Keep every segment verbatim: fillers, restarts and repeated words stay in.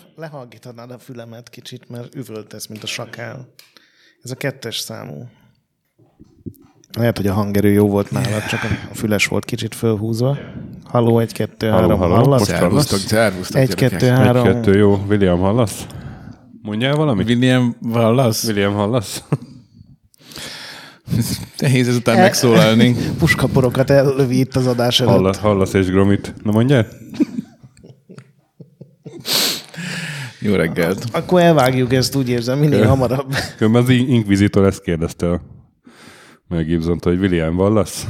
lehallgatnád a fülemet kicsit, mert üvöltesz, mint a sakál. Ez a kettes számú. Lehet, hogy a hangerő jó volt nálad, csak a füles volt kicsit fölhúzva. Halló, egy, kettő, halló, három, halló. hallasz? Szervusztok, szervusztok. Egy, kettő, három. Egy, kettő, jó. William, hallasz? Mondjál valamit? William, hallasz? William, hallasz? Nehéz ezután El... megszólalni. Puskaporokat ellövi itt az adás előtt. Hallasz, hallasz és Gromit. Na mondjál? Jó reggelt. Akkor elvágjuk ezt, úgy érzem, minél hamarabb. Különben az Inquisitor ezt kérdezte a Mel Gibson-tól, hogy William, hallasz?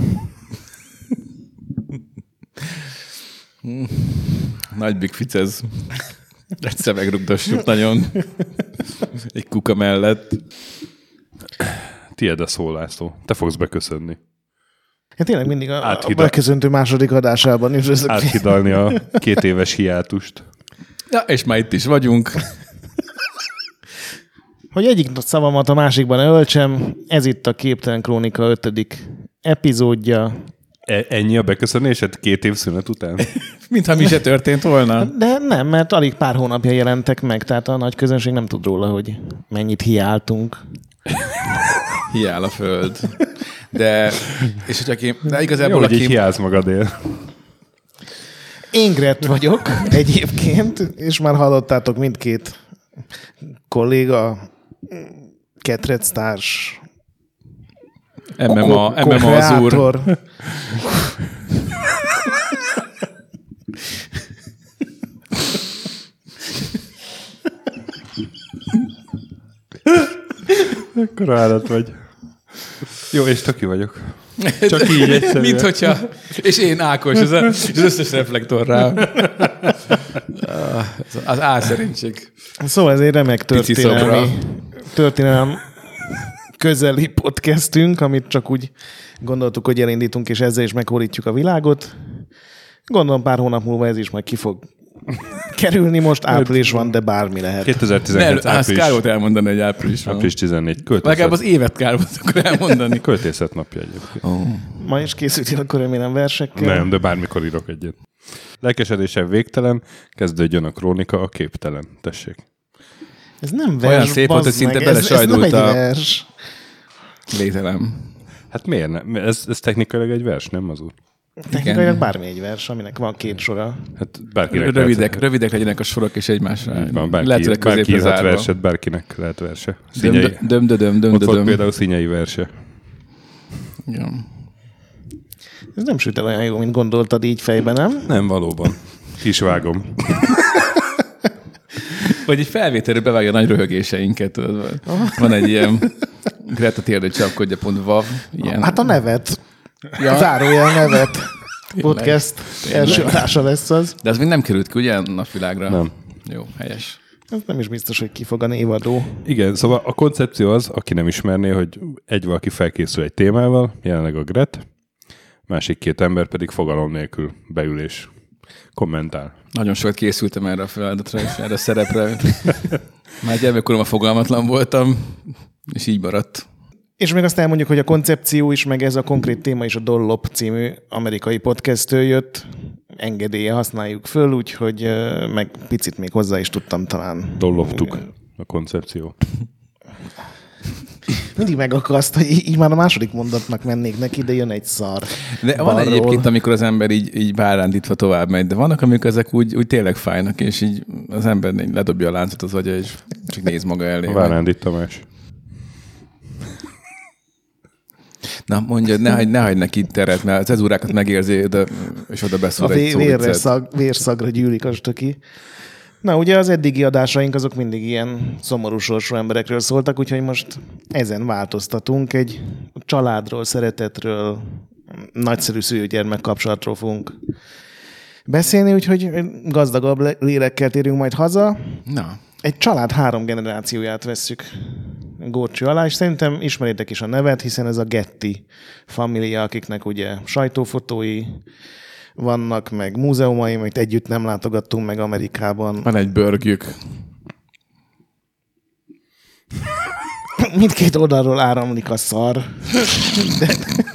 Nagy Big Ficez. Egyszer megrugdossuk nagyon. Egy kuka mellett. Tied a szó, László. Te fogsz beköszönni. Hát tényleg mindig a, Áthida... a beköszöntő második adásában is. Áthidalni a két éves hiátust. Ja, és már itt is vagyunk. Hogy egyik szavamat a másikban öltsem, ez itt a Képtelen Krónika ötödik epizódja. E- ennyi a beköszönésed két év szünet után? Mintha mi se történt volna. De nem, mert alig pár hónapja jelentek meg, tehát a nagy közönség nem tud róla, hogy mennyit hiáltunk. Hiál a föld. De, és hogyha ki, de igazából jó, hogy aki... így hiálsz magadért. Én Gret vagyok egyébként, és már hallottátok mindkét kolléga, ketrectárs, em em á, em em á az úr. Ekkora állat vagy. Jó, és töki vagyok. Csak így egyszerűen. Mint hogyha... És én Ákos, az, az összes reflektor rá. Az álszerénység. Szóval ez egy remek történelmi, történelem közeli podcastünk, amit csak úgy gondoltuk, hogy elindítunk, és ezzel is meghódítjuk a világot. Gondolom pár hónap múlva ez is majd ki fog kerülni. Most április van, de bármi lehet. kétezer-tizenkilenc ne, április. Kár volt elmondani, hogy április van. április tizennégy. Legalább az évet kár volt akkor elmondani. Költészet napja egyébként. Oh. Ma is készültél, akkor remélem versekkel. Nem, de bármikor írok egyet. Lelkesedésen végtelen, kezdődjön a krónika, a képtelen. Tessék. Ez nem vers, olyan szép volt, hogy szinte belesajdult a vers. Lételem. Hát miért nem? Ez, ez technikailag egy vers, nem az úr? Technikailag bármi egy vers, aminek van két sora. Hát bárkinek Rövidek, lehet, rövidek legyenek a sorok és egymásra. van, bárki, lehet, bárki írhat verset, bárkinek lehet verse. Színyei, döm, döm, döm, döm, ott volt döm. például Színyei verse. Ja. Ez nem süt el olyan jó, mint gondoltad így fejben, nem? Nem, valóban. Kis vágom. Vagy egy felvételről bevágja a nagy röhögéseinket. Tudod. Van egy ilyen Greta térdő csapkodja pont vav. Ilyen. Hát a nevet. Ja. Zárójel nevet. Podcast első adása lesz az. De ez még nem került ki, ugye, napvilágra? Nem. Jó, helyes. Ez nem is biztos, hogy ki fog a névadó. Igen, szóval a koncepció az, aki nem ismerné, hogy egy valaki felkészül egy témával, jelenleg a Gret, másik két ember pedig fogalom nélkül beül és kommentál. Nagyon sokat készültem erre a feladatra és erre a szerepre. Már gyermekkoromban fogalmatlan voltam, és így maradt. És még azt elmondjuk, hogy a koncepció is, meg ez a konkrét téma is a Dollop című amerikai podcasttől jött. Engedélye használjuk föl, úgyhogy meg picit még hozzá is tudtam talán. Dolloptuk a koncepció. Mindig megakaszt, hogy így már a második mondatnak mennék neki, de jön egy szar. De van balról. Egyébként, amikor az ember így, így bárándítva tovább megy, de vannak, amikor ezek úgy, úgy tényleg fájnak, és így az ember ledobja a láncot az agya, és csak néz maga elé. Várándít Tamás. Na, mondja, ne hagyd, ne hagyd neki teret, mert a cezúrákat megérzi, de, és oda beszúr a egy vérre szag, vérszagra gyűlik a stöki. Na, ugye az eddigi adásaink azok mindig ilyen szomorú sorsú emberekről szóltak, úgyhogy most ezen változtatunk. Egy családról, szeretetről, nagyszerű szülő-gyermek kapcsolatról fogunk beszélni, úgyhogy gazdagabb lélekkel térünk majd haza. Na. Egy család három generációját vesszük górcső alá, és szerintem ismeritek is a nevet, hiszen ez a Getty família, akiknek ugye sajtófotói vannak, meg múzeumai, amit együtt nem látogattunk meg Amerikában. Van egy bőrgük. Mindkét oldalról áramlik a szar. De...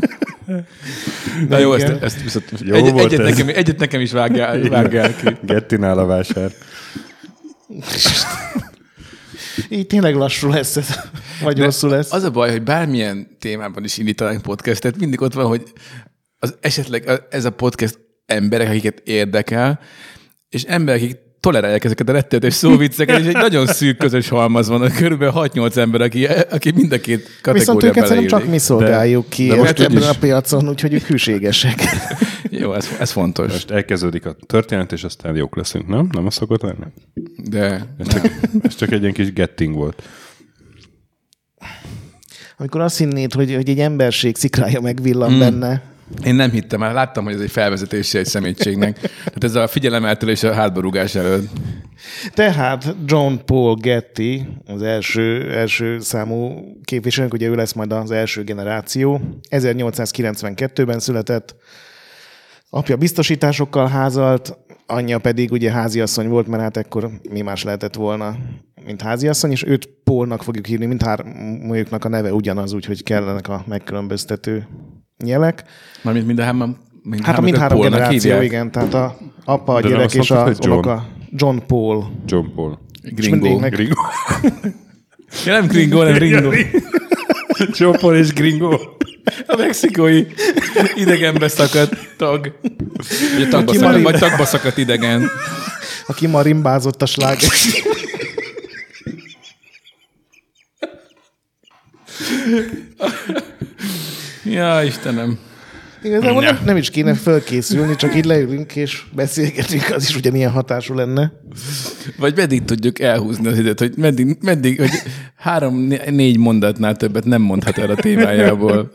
Na jó, ezt, ezt viszont jó egy, egyet, nekem, egyet nekem is vágjál, vágjál ki. Gettynál a vásár. Így tényleg lassú lesz ez, vagy De hosszú lesz. Az a baj, hogy bármilyen témában is indítanánk podcastet, mindig ott van, hogy az esetleg ez a podcast emberek, akiket érdekel, és emberek, akik tolerálják ezeket a rettenetes szóvicceket, és egy nagyon szűk közös halmaz van, körülbelül hat-nyolc ember, aki, aki mind a két kategóriába Viszont őket szerintem csak mi szolgáljuk ki de most ebben is. a piacon, úgyhogy ők hűségesek. Jó, ez, ez fontos. Most elkezdődik a történet, és aztán jók leszünk, nem? Nem az szokott lenni? De Ez csak, ez csak egy ilyen kis getting volt. Amikor azt hinnéd, hogy, hogy egy emberség szikrája megvillan mm. benne. Én nem hittem el, láttam, hogy ez egy felvezetése egy szemétségnek. Tehát ez a figyelemeltelés a hátbarúgás előtt. Tehát John Paul Getty, az első, első számú képviselőnk, ugye ő lesz majd az első generáció. ezernyolcszázkilencvenkettőben született, apja biztosításokkal házalt, anyja pedig ugye háziasszony volt, mert hát ekkor mi más lehetett volna, mint háziasszony, és őt Paulnak fogjuk hívni, mindhármójuknak a neve ugyanaz, úgyhogy kellenek a megkülönböztető jelek. Mármint mind a hárman, mind Hát a mindhárom generáció, hívják. igen, tehát a apa, a De gyerek nem és azt mondtad, az hogy John? unoka. John Paul. John Paul. Gringo. Meg... Gringo. Ja, nem Gringo, nem Ringo. John Paul és Gringo. A mexikói idegenbe szakadt tag. Vagy, tagba Aki szakadt, marin- vagy tagba szakadt idegen. Aki marimbázott a sláger. Ja, Istenem. Igazából nem, nem is kéne fölkészülni, csak így leülünk és beszélgetünk, az is ugye milyen hatású lenne. Vagy meddig tudjuk elhúzni az időt, hogy meddig, meddig hogy három-négy mondatnál többet nem mondhat el a témájából.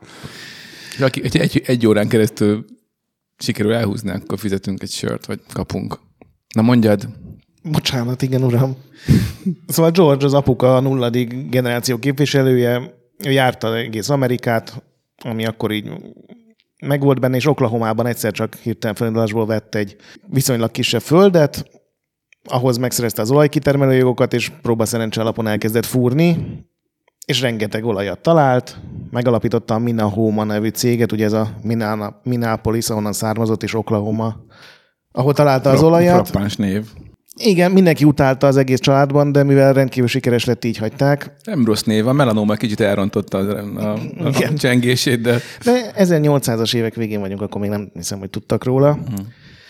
És aki egy, egy, egy órán keresztül sikerül elhúzni, akkor fizetünk egy sört, vagy kapunk. Na mondjad. Bocsánat, igen, uram. Szóval George az apuka, a nulladik generáció képviselője, ő járta egész Amerikát, ami akkor így megvolt benne, és Oklahomában egyszer csak hirtelen földalásból vett egy viszonylag kisebb földet, ahhoz megszerezte az olajkitermelőjogokat, és próbaszerencse alapon elkezdett fúrni, és rengeteg olajat talált, megalapította a Minahoma nevű céget, ugye ez a Minneapolis, ahonnan származott, és Oklahoma, ahol találta az olajat. Frappáns név. Igen, mindenki utálta az egész családban, de mivel rendkívül sikeres lett, így hagyták. Nem rossz név, a melanoma kicsit elrontotta a, a, a, a csengését, de... De ezernyolcszázas évek végén vagyunk, akkor még nem hiszem, hogy tudtak róla. Uh-huh.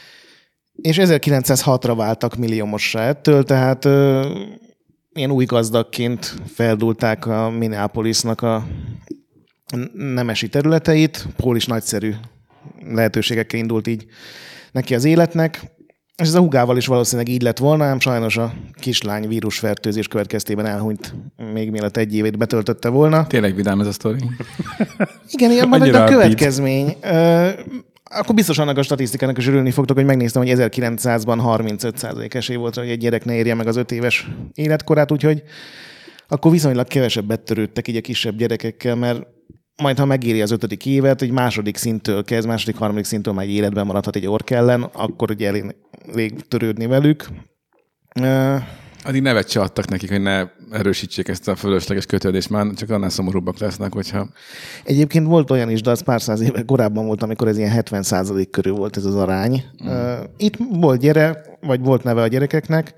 És ezerkilencszázhatra váltak milliómossá ettől, tehát ö, ilyen új gazdagként feldúlták a Minneapolisnak a nemesi területeit. Paul is nagyszerű lehetőségekkel indult így neki az életnek. És ez a hugával is valószínűleg így lett volna, ám sajnos a kislány vírusfertőzés következtében elhunyt, még mielőtt egy évét betöltötte volna. Tényleg vidám ez a sztori. Igen, ilyen majd Annyira a upbeat. következmény. Ö, akkor biztos annak a statisztikának is örülni fogtok, hogy megnéztem, hogy ezerkilencszázban harmincöt százalék esély volt, hogy egy gyerek ne érje meg az öt éves életkorát, úgyhogy akkor viszonylag kevesebbet törődtek így a kisebb gyerekekkel, mert majd, ha megéri az ötödik évet, egy második szinttől kezd, második, harmadik szinttől már egy életben maradhat egy ork ellen, akkor ugye elég, elég törődni velük. Addig nevet se adtak nekik, hogy ne erősítsék ezt a fölösleges kötődést, már csak annál szomorúbbak lesznek, hogyha... Egyébként volt olyan is, de az pár száz éve korábban volt, amikor ez ilyen hetven százalék körül volt ez az arány. Mm. Itt volt gyere, vagy volt neve a gyerekeknek,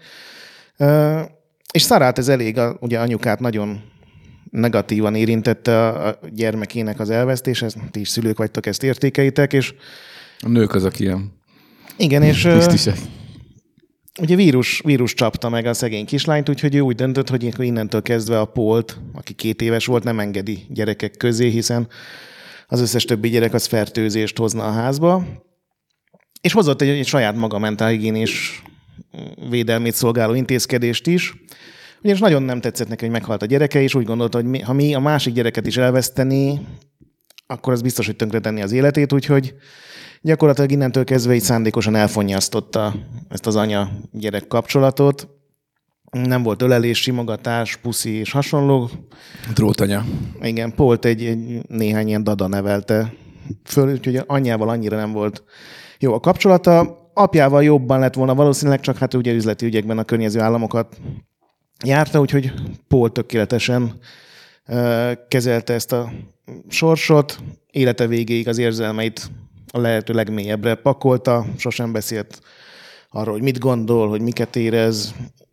és Szarát ez elég, a, ugye anyukát nagyon negatívan érintette a gyermekének az elvesztése, ti is szülők vagytok, ezt értékeitek, és... A nők azok ilyen. Igen, és... Tisztisek. Ugye vírus, vírus csapta meg a szegény kislányt, úgyhogy ő úgy döntött, hogy innentől kezdve a Pault, aki két éves volt, nem engedi gyerekek közé, hiszen az összes többi gyerek az fertőzést hozna a házba. És hozott egy, egy saját maga mentálhigiénés védelmét szolgáló intézkedést is. Ugyanis nagyon nem tetszett neki, hogy meghalt a gyereke, és úgy gondolta, hogy mi, ha mi a másik gyereket is elveszteni, akkor az biztos, hogy tönkretenni az életét, úgyhogy gyakorlatilag innentől kezdve így szándékosan elfonnyasztotta ezt az anya-gyerek kapcsolatot. Nem volt ölelés, simogatás, puszi és hasonló. Drótanya. Igen, Pault egy, egy néhány ilyen dada nevelte föl, úgyhogy anyjával annyira nem volt jó a kapcsolata. Apjával jobban lett volna valószínűleg, csak hát ugye üzleti ügyekben a környező államokat járta, úgyhogy Paul tökéletesen uh, kezelte ezt a sorsot. Élete végéig az érzelmeit a lehető legmélyebbre pakolta, sosem beszélt arról, hogy mit gondol, hogy miket érez.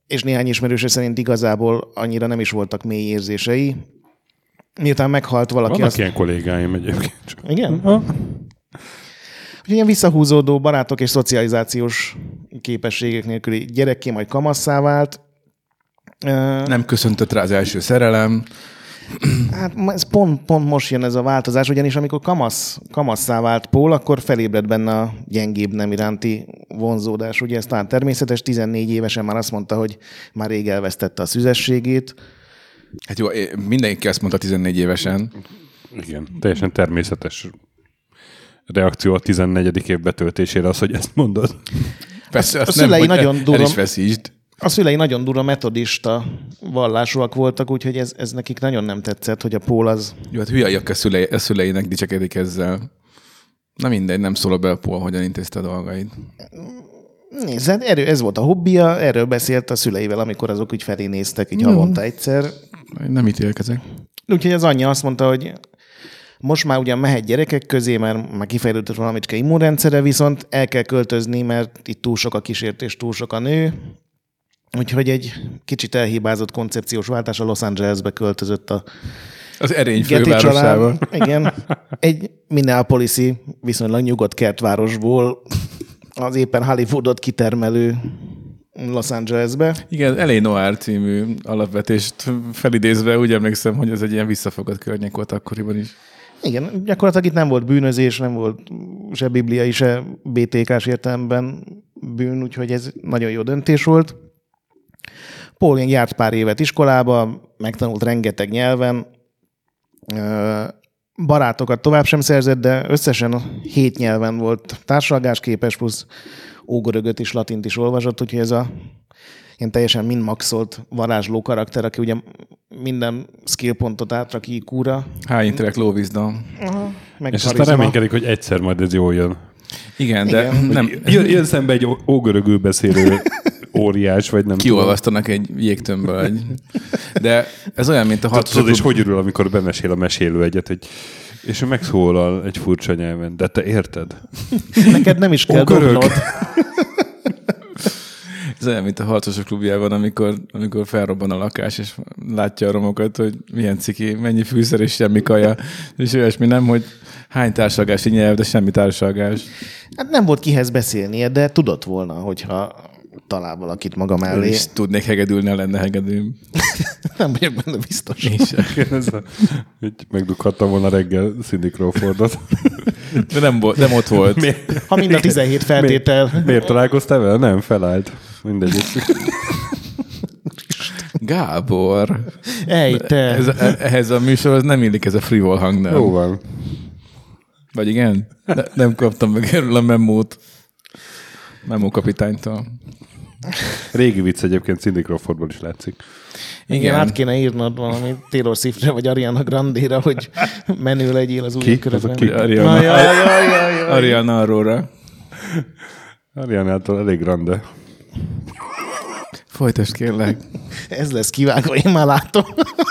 és néhány ismerőse szerint igazából annyira nem is voltak mély érzései. Miután meghalt valaki... Vannak azt... ilyen kollégáim egyébként. Igen? Ha. Ilyen visszahúzódó barátok és szocializációs képességek nélküli gyerekké majd kamasszá vált. Nem köszöntött rá az első szerelem. Hát ez pont, pont most jön ez a változás, ugyanis amikor kamasz, kamasszá vált Paul, akkor felébredt benne a gyengébb nem iránti vonzódás. Ugye ez talán természetes, tizennégy évesen már azt mondta, hogy már rég elvesztette a szüzességét. Hát jó, mindenki azt mondta tizennégy évesen. Igen, teljesen természetes reakció a tizennegyedik év betöltésére az, hogy ezt mondod. Persze, a azt szülei nem, nagyon el, durva, el is veszítsd. A szülei nagyon durva metodista vallásúak voltak, úgyhogy ez, ez nekik nagyon nem tetszett, hogy a Paul az... Jó, hát hülyeiak a, szülei, a szüleinek dicsekedik ezzel. Na mindegy, nem szól be a Paul, hogyan intézte a dolgait. Nézd, erő, ez volt a hobbija, erről beszélt a szüleivel, amikor azok úgy felé néztek, így Mm. havonta egyszer. Nem ítélkezek. Úgyhogy az anyja azt mondta, hogy most már ugyan mehet gyerekek közé, mert már kifejlődött valamicske immunrendszere, viszont el kell költözni, mert itt túl sok a kísértés, túl sok a nő. Úgyhogy egy kicsit elhibázott koncepciós váltás, a Los Angelesbe költözött a Az erény Getty fővárosába. család. Igen. Egy Minneapolis-i viszonylag nyugodt kertvárosból az éppen Hollywoodot kitermelő Los Angelesbe. Igen, L A. Noir című alapvetést felidézve úgy emlékszem, hogy ez egy ilyen visszafogott környék volt akkoriban is. Igen, gyakorlatilag itt nem volt bűnözés, nem volt se bibliai, se bé té ká-s értelemben bűn, úgyhogy ez nagyon jó döntés volt. Paul járt pár évet iskolába, megtanult rengeteg nyelven, barátokat tovább sem szerzett, de összesen hét nyelven volt társalgásképes, plusz ógörögöt és latint is olvasott, úgyhogy ez a ilyen teljesen min-maxolt varázsló karakter, aki ugye minden skillpontot átrak í kúra. High intellect, low wisdom. Meg És aztán reménykedik, hogy egyszer majd ez jól jön. Igen, de Igen. nem... Jön, jön szembe egy ó- ógörögül beszélő óriás, vagy nem Kiolvasztanak egy jégtömbből. Egy. De ez olyan, mint a tudom. hatosok... Tudod, és hogy örül, amikor bemesél a mesélő egyet, hogy és ő megszólal egy furcsa nyelven, de te érted? Neked nem is kell Ógörög. dobnod. Ez olyan, mint a harcosok klubjában, amikor, amikor felrobban a lakás, és látja a romokat, hogy milyen ciki, mennyi fűszer és semmi kaja. És olyasmi nem, hogy hány társalgási nyelv, de semmi társalgás. Hát nem volt kihez beszélnie, de tudott volna, hogyha talál valakit maga mellé. És tudnék hegedülni, ha lenne hegedűm. Nem vagyok benne biztos. Én sem. Ez a, hogy megdughattam volna reggel Cindy Crawfordot. De nem, volt, nem ott volt. Miért, Ha mind a tizenhét feltétel. miért, miért találkoztál vele? Nem, felállt. Mindegy. Gábor. Ej, te. Ez, ehhez a műsorhoz nem illik ez a frivol hang, nem? Jó van. Vagy igen? Ne, nem kaptam meg erről a memót. Memó kapitánytól. Régi vicc egyébként Cindy Crawfordból is látszik. Igen, át kéne írnod valami Taylor Swift-re vagy Ariana Grande-ra, hogy menő legyél az új Ki? körökben. Az a ki? Ariana, Na, jaj, jaj, jaj, jaj. Ariana Aurora. Arianától elég grande. Folytasd kérlek. Ez lesz kivágva, én már látom.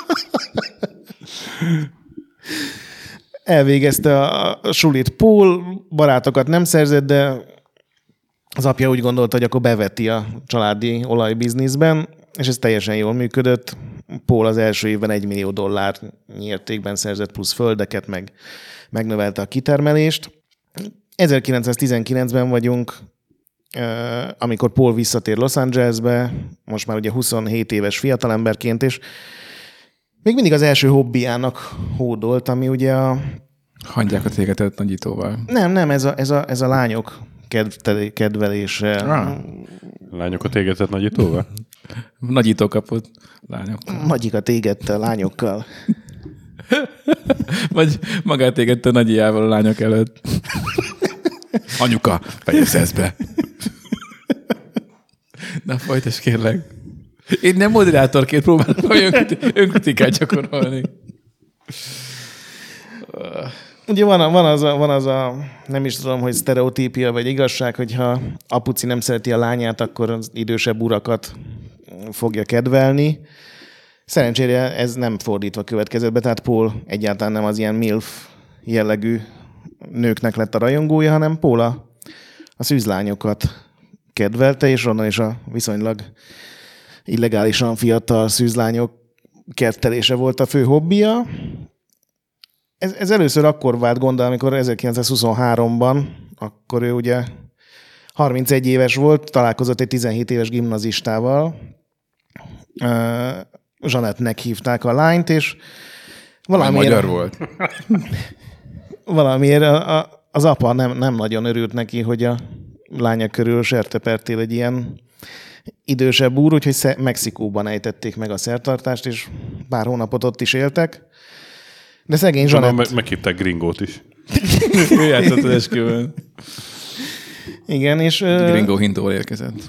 Elvégezte a sulit Paul, barátokat nem szerzett, de az apja úgy gondolta, hogy akkor beveti a családi olajbizniszben, és ez teljesen jól működött. Paul az első évben egy millió dollár értékben szerzett plusz földeket, meg megnövelte a kitermelést. ezerkilencszáztizenkilencben vagyunk, amikor Paul visszatér Los Angelesbe, most már ugye huszonhét éves fiatalemberként, és még mindig az első hobbiának hódolt, ami ugye a... Hagyják a égetet nagyítóval. Nem, nem, ez a, ez a, ez a lányok kedv- kedvelése. Ah. Lányokat égetett nagyítóval? Nagyító kapott lányok. Nagyikat égette a lányokkal. Vagy magát égette nagyiával a lányok előtt. Anyuka, fejezd ezt be. Na, folytasd kérlek. Én nem moderátorként próbálom önkritikát gyakorolni. Ugye van, van, az a, van az a, nem is tudom, hogy sztereotípia vagy igazság, hogyha apuci nem szereti a lányát, akkor az idősebb urakat fogja kedvelni. Szerencsére ez nem fordítva következett be, tehát Paul egyáltalán nem az ilyen milf jellegű nőknek lett a rajongója, hanem Paul a, a szűzlányokat kedvelte, és onnan is a viszonylag illegálisan fiatal szűzlányok kertelése volt a fő hobbija. Ez, ez először akkor vált gondol, amikor ezerkilencszázhuszonháromban, akkor ő ugye harmincegy éves volt, találkozott egy tizenhét éves gimnazistával. Zsanettnek hívták a lányt, és valamiért... Magyar volt. Valamiért a, a, az apa nem, nem nagyon örült neki, hogy a lánya körül sertepertél egy ilyen idősebb úr, úgyhogy Mexikóban ejtették meg a szertartást, és pár hónapot ott is éltek. De szegény Zsanett... Meg, meghívták Gringót is. Ő játszott az esküvőn. Igen, és... Gringo hintól érkezett.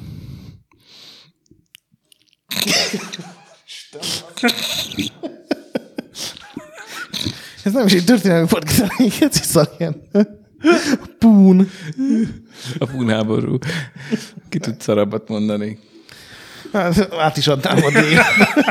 Ez nem is egy történelmi podcast, hanem egy szarján. Pún. A pún háború. Ki tud szarabbat mondani? Hát, át is adnám a díjat.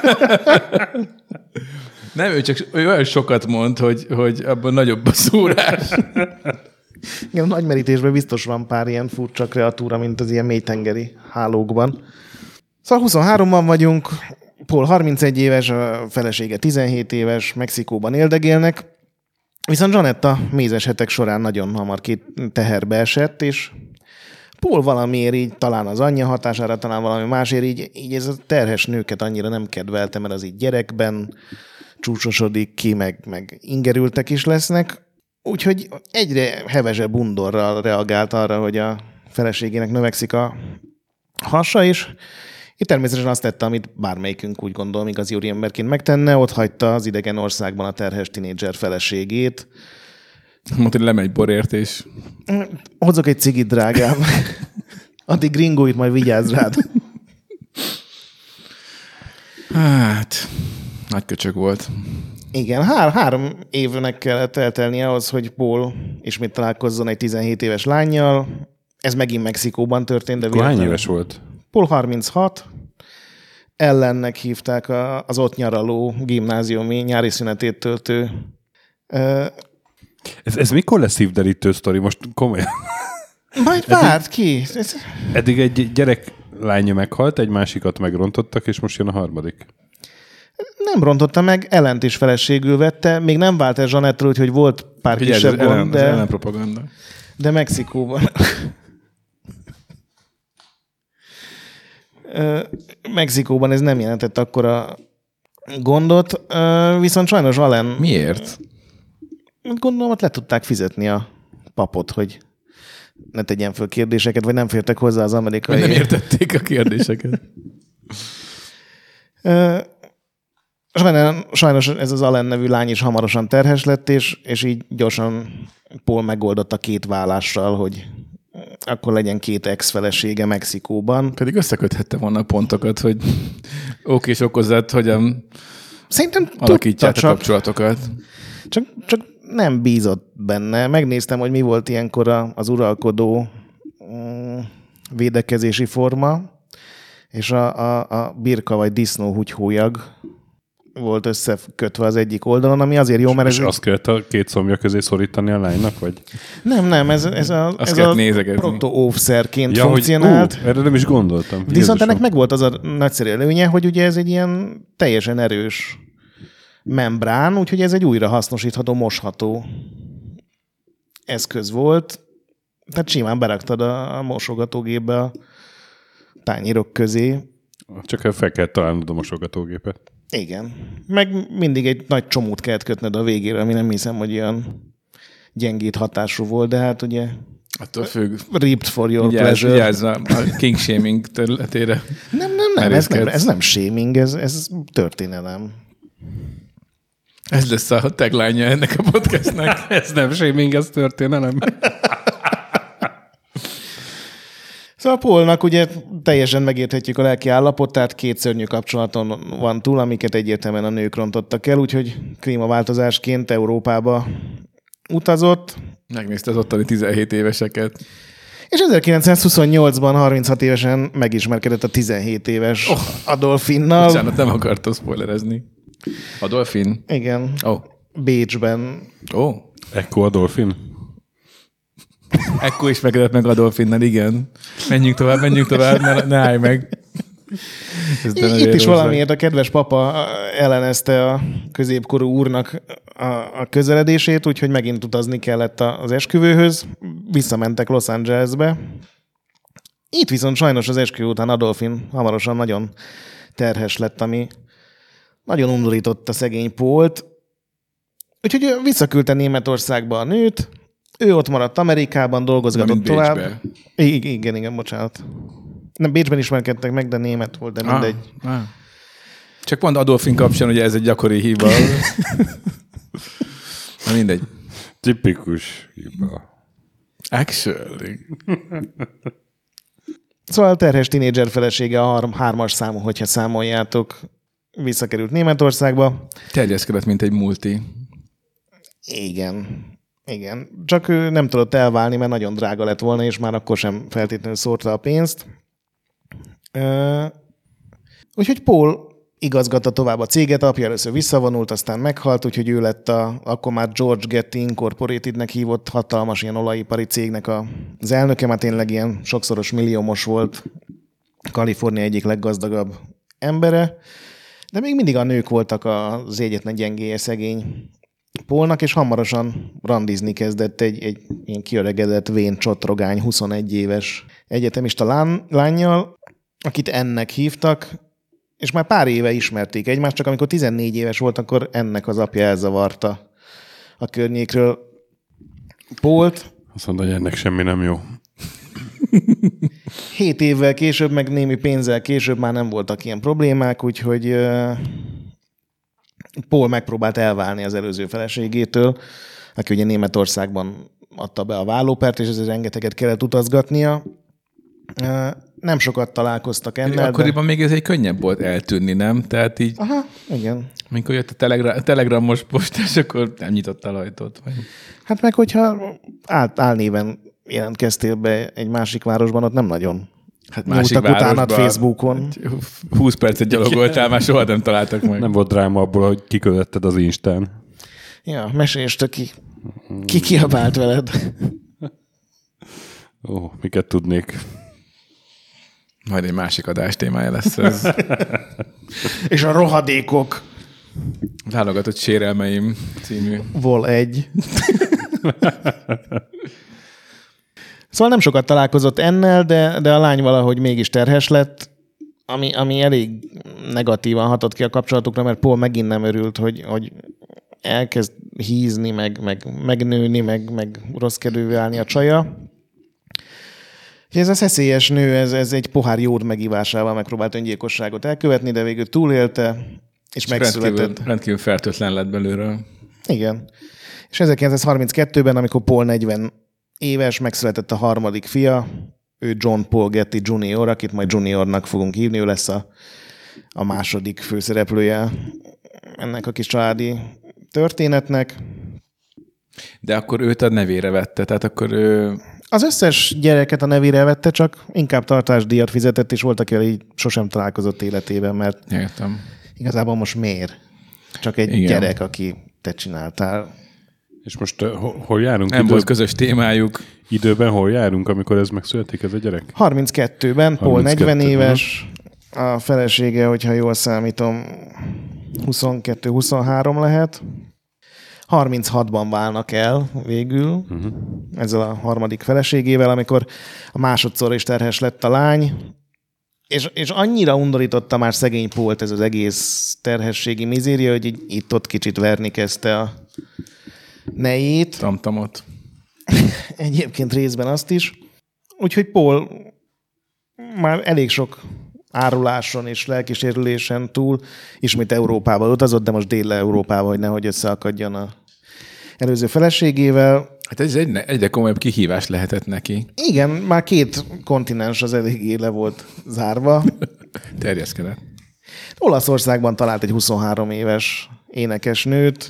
Nem, ő csak ő olyan sokat mond, hogy, hogy abban nagyobb a szúrás. Igen, nagy merítésben biztos van pár ilyen furcsa kreatúra, mint az ilyen mélytengeri hálókban. Szóval huszonháromban vagyunk, Paul harmincegy éves, a felesége tizenhét éves, Mexikóban éldegélnek, viszont Zsanett a mézes hetek során nagyon hamar két teherbe esett, és Paul valamiért így, talán az anyja hatására, talán valami másért így, így ez a terhes nőket annyira nem kedvelte, mert az így gyerekben csúcsosodik ki, meg, meg ingerültek is lesznek. Úgyhogy egyre hevesebb undorral reagált arra, hogy a feleségének növekszik a hasa, és itt természetesen azt tette, amit bármelyikünk úgy gondolom igazi úriemberként megtenne, ott hagyta az idegen országban a terhes tinédzser feleségét. Mondta, hogy lemegy borért, és... Hozzak egy cigit, drágám. Addig Gringóit majd vigyázz rád. Hát, nagy köcsög volt. Igen, hár, három évnek kellett eltelnie ahhoz, hogy Paul ismét találkozzon egy tizenhét éves lánnyal. Ez megint Mexikóban történt. De Akkor hány éves volt? Paul harminchat. Ellennek hívták a, az ott nyaraló gimnáziumi nyári szünetét töltő. Ez, ez mikor lesz szívderítő sztori? Most komolyan. Majd várt ki. Eddig egy gyerek lánya meghalt, egy másikat megrontottak, és most jön a harmadik. Nem rontotta meg, Ellent is feleségül vette. Még nem vált el Zsanettről, úgyhogy volt pár Ugye kisebb ez gond, ellen, de, ellenpropaganda. de Mexikóban. Mexikóban ez nem jelentett akkora gondot, viszont sajnos Allen... Miért? Gondolom, hogy le tudták fizetni a papot, hogy ne tegyen föl kérdéseket, vagy nem fértek hozzá az amerikai... Nem értették a kérdéseket. Sajnos ez az Allen nevű lány is hamarosan terhes lett, és, és így gyorsan Paul megoldotta két vállással, hogy akkor legyen két ex-felesége Mexikóban. Pedig összeköthette volna pontokat, hogy oké és okozat, hogyan Szerintem alakítják tudta, a kapcsolatokat. Csak, csak nem bízott benne. Megnéztem, hogy mi volt ilyenkor az uralkodó védekezési forma, és a, a, a birka vagy disznó húgyhólyag volt összekötve az egyik oldalon, ami azért jó, mert... És ez azt kellett a két szomja közé szorítani a lánynak, vagy? Nem, nem, ez, ez a, ez a proto-óvszerként ja, funkcionált. Hogy, ó, erre nem is gondoltam. Viszont Jézusom. Ennek meg volt az a nagyszerű előnye, hogy ugye ez egy ilyen teljesen erős membrán, úgyhogy ez egy újra hasznosítható, mosható eszköz volt. Tehát simán beraktad a, a mosogatógépbe a tányérok közé. Csak fel kell találnod a mosogatógépet. Igen. Meg mindig egy nagy csomót kellett kötnöd a végére, ami nem hiszem, hogy ilyen gyengít hatású volt, de hát ugye... Attól függ. Ripped for your Vigyázz, pleasure. Vigyázz a king shaming területére. Nem, nem, nem, ez nem, ez nem shaming, ez, ez történelem. Ez lesz a tagline ennek a podcastnek. Ez nem shaming, ez történelem. Szóval Paulnak ugye teljesen megérthetjük a lelki állapotát, két szörnyű kapcsolaton van túl, amiket egyértelműen a nők rontottak el, úgyhogy klímaváltozásként Európába utazott. Megnézte az ottani tizenhét éveseket. És ezerkilencszázhuszonnyolcban harminchat évesen megismerkedett a tizenhét éves oh. Adolfinnal. Bocsánat, nem akartam spoilerezni. Adolfin? Igen. Oh. Bécsben. Oh. Ekko Adolfin? Ekkor ismerkedett meg Adolfinnal, igen. Menjünk tovább, menjünk tovább, ne, ne állj meg. Itt is valamiért a kedves papa ellenezte a középkorú úrnak a, a közeledését, úgyhogy megint utazni kellett az esküvőhöz. Visszamentek Los Angelesbe. Itt viszont sajnos az esküvő után Adolfin hamarosan nagyon terhes lett, ami nagyon undorította szegény Pólt. Úgyhogy visszaküldte Németországba a nőt, ő ott maradt Amerikában, dolgozgatott tovább. Bécsbe. Igen, igen, igen, bocsánat. Nem, Bécsben ismerkedtek meg, de német volt, de mindegy. Ah, ah. Csak pont Adolfin kapcsán, ugye ez egy gyakori hiba. Na mindegy. Tipikus hiba. Actually. Szóval a terhes tínédzser felesége a hármas számú, hogyha számoljátok, visszakerült Németországba. Terjeszkedett, mint egy multi. Igen. Igen. Csak ő nem tudott elválni, mert nagyon drága lett volna, és már akkor sem feltétlenül szórta a pénzt. Uh, úgyhogy Paul igazgatta tovább a céget, apja először visszavonult, aztán meghalt, úgyhogy ő lett a, akkor már George Getty Incorporatednek hívott hatalmas ilyen olajipari cégnek a, az elnöke, már tényleg ilyen sokszoros milliómos volt, Kalifornia egyik leggazdagabb embere, de még mindig a nők voltak az egyetlen gyengéje szegény Paulnak, és hamarosan randizni kezdett egy, egy ilyen kiöregedett vén csotrogány, huszonegy éves egyetemista lán, lánnyal, akit ennek hívtak, és már pár éve ismerték egymást, csak amikor tizennégy éves volt, akkor ennek az apja elzavarta a környékről Pault. Azt mondta, hogy ennek semmi nem jó. Hét évvel később, meg némi pénzzel később már nem voltak ilyen problémák, úgyhogy uh, Paul megpróbált elválni az előző feleségétől, aki ugye Németországban adta be a vállópert, és ezért rengeteget kellett utazgatnia. Uh, nem sokat találkoztak ennél. Akkoriban de... még ez egy könnyebb volt eltűnni, nem? Tehát így... Aha, igen. Amikor jött a telegra- telegramos postás, akkor nem nyitotta a ajtót. Vagy... Hát meg, hogyha áll, álnéven jelentkeztél be egy másik városban, ott nem nagyon. Hát másik városban. Utánad Facebookon. húsz percet gyalogoltál, már soha nem találtak meg. Nem volt dráma abból, hogy kikövetted az Instán. Ja, mesést, ki, ki kiabált veled. Ó, miket tudnék. Majd egy másik adás témája lesz ez. És a rohadékok. Válogatott sérelmeim című. Vol egy. Szóval nem sokat találkozott ennel, de, de a lány valahogy mégis terhes lett, ami, ami elég negatívan hatott ki a kapcsolatukra, mert Paul megint nem örült, hogy, hogy elkezd hízni, meg, meg megnőni, meg, meg rossz kedvűvé állni a csaja. Ez a szeszélyes nő, ez, ez egy pohár jód megívásával megpróbált öngyilkosságot elkövetni, de végül túlélte, és, és megszületett. Rendkívül, rendkívül fertőtlen lett belőle. Igen. És ezerkilencszázharminckettőben, amikor Paul negyven éves, megszületett a harmadik fia, ő John Paul Getty junior, akit majd Juniornak fogunk hívni, ő lesz a, a második főszereplője ennek a kis családi történetnek. De akkor őt a nevére vette, tehát akkor ő... Az összes gyereket a nevére vette, csak inkább tartásdíjat fizetett, és volt, akivel így sosem találkozott életében, mert Értem. Igazából most miért? Csak egy Igen. gyerek, aki te csináltál. És most uh, hol járunk? Nem idő... volt közös témájuk. Időben hol járunk, amikor ez megszületik, ez a gyerek? harminckettőben, Paul negyven éves, a felesége, hogyha jól számítom, huszonkettő huszonhárom lehet. harminchatban válnak el végül, uh-huh. ezzel a harmadik feleségével, amikor a másodszor is terhes lett a lány, és, és annyira undorította már szegény Pault ez az egész terhességi mizéria, hogy így itt-ott kicsit verni kezdte a nejét. Tamtamot. Egyébként részben azt is. Úgyhogy Paul már elég sok áruláson és lelkisérülésen túl ismét Európába utazott, de most Dél-Európába, hogy nehogy összeakadjon a előző feleségével. Hát ez egy, egyre komolyabb kihívás lehetett neki. Igen, már két kontinens az eléggé le volt zárva. Terjeszkedett. Olaszországban talált egy huszonhárom éves énekesnőt,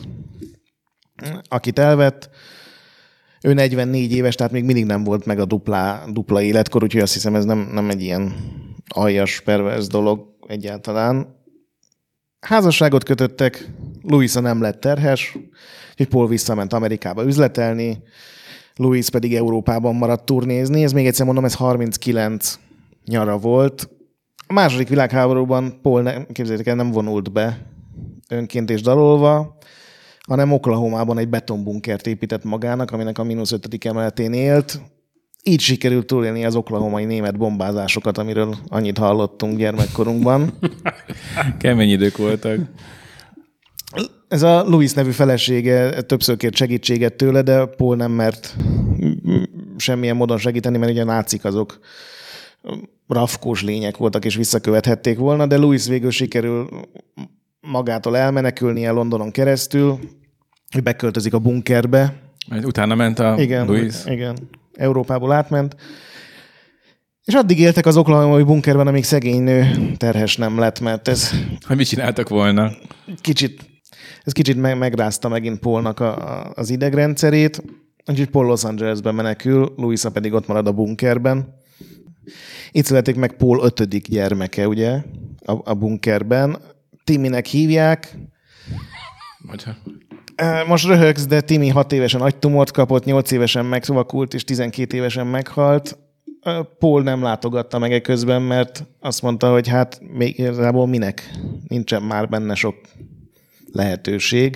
akit elvett. Ő negyvennégy éves, tehát még mindig nem volt meg a dupla, dupla életkor, úgyhogy azt hiszem, ez nem, nem egy ilyen aljas, pervers dolog egyáltalán. Házasságot kötöttek, Louisa nem lett terhes, úgyhogy Paul visszament Amerikába üzletelni, Louis pedig Európában maradt turnézni. Ez még egyszer mondom, ez harminckilenc nyara volt. A második világháborúban Paul, ne, képzeljétek el, nem vonult be önként és dalolva, hanem Oklahomában egy betonbunkert épített magának, aminek a mínusz ötödik emeletén élt. Így sikerült túlélni az oklahomai német bombázásokat, amiről annyit hallottunk gyermekkorunkban. Kemény idők voltak. Ez a Louis nevű felesége többször kért segítséget tőle, de Paul nem mert semmilyen módon segíteni, mert ugye a nácik azok rafkós lények voltak, és visszakövethették volna, de Louis végül sikerül magától elmenekülnie Londonon keresztül, hogy beköltözik a bunkerbe. Utána ment a igen, Louis. Igen, Európából átment. És addig éltek az oklahomai bunkerben, amíg szegény nő terhes nem lett, mert ez... Hogy mit csináltak volna? Kicsit, ez kicsit megrázta megint Paulnak a, a, az idegrendszerét, úgyhogy Paul Los Angelesben menekül, Louisa pedig ott marad a bunkerben. Itt születik meg Paul ötödik gyermeke, ugye, a, a bunkerben. Timinek hívják. Magyar. Most röhögsz, de Timi hat évesen agytumort kapott, nyolc évesen megvakult, és tizenkét évesen meghalt. Paul nem látogatta meg eközben, mert azt mondta, hogy hát még igazából minek? Nincsen már benne sok lehetőség.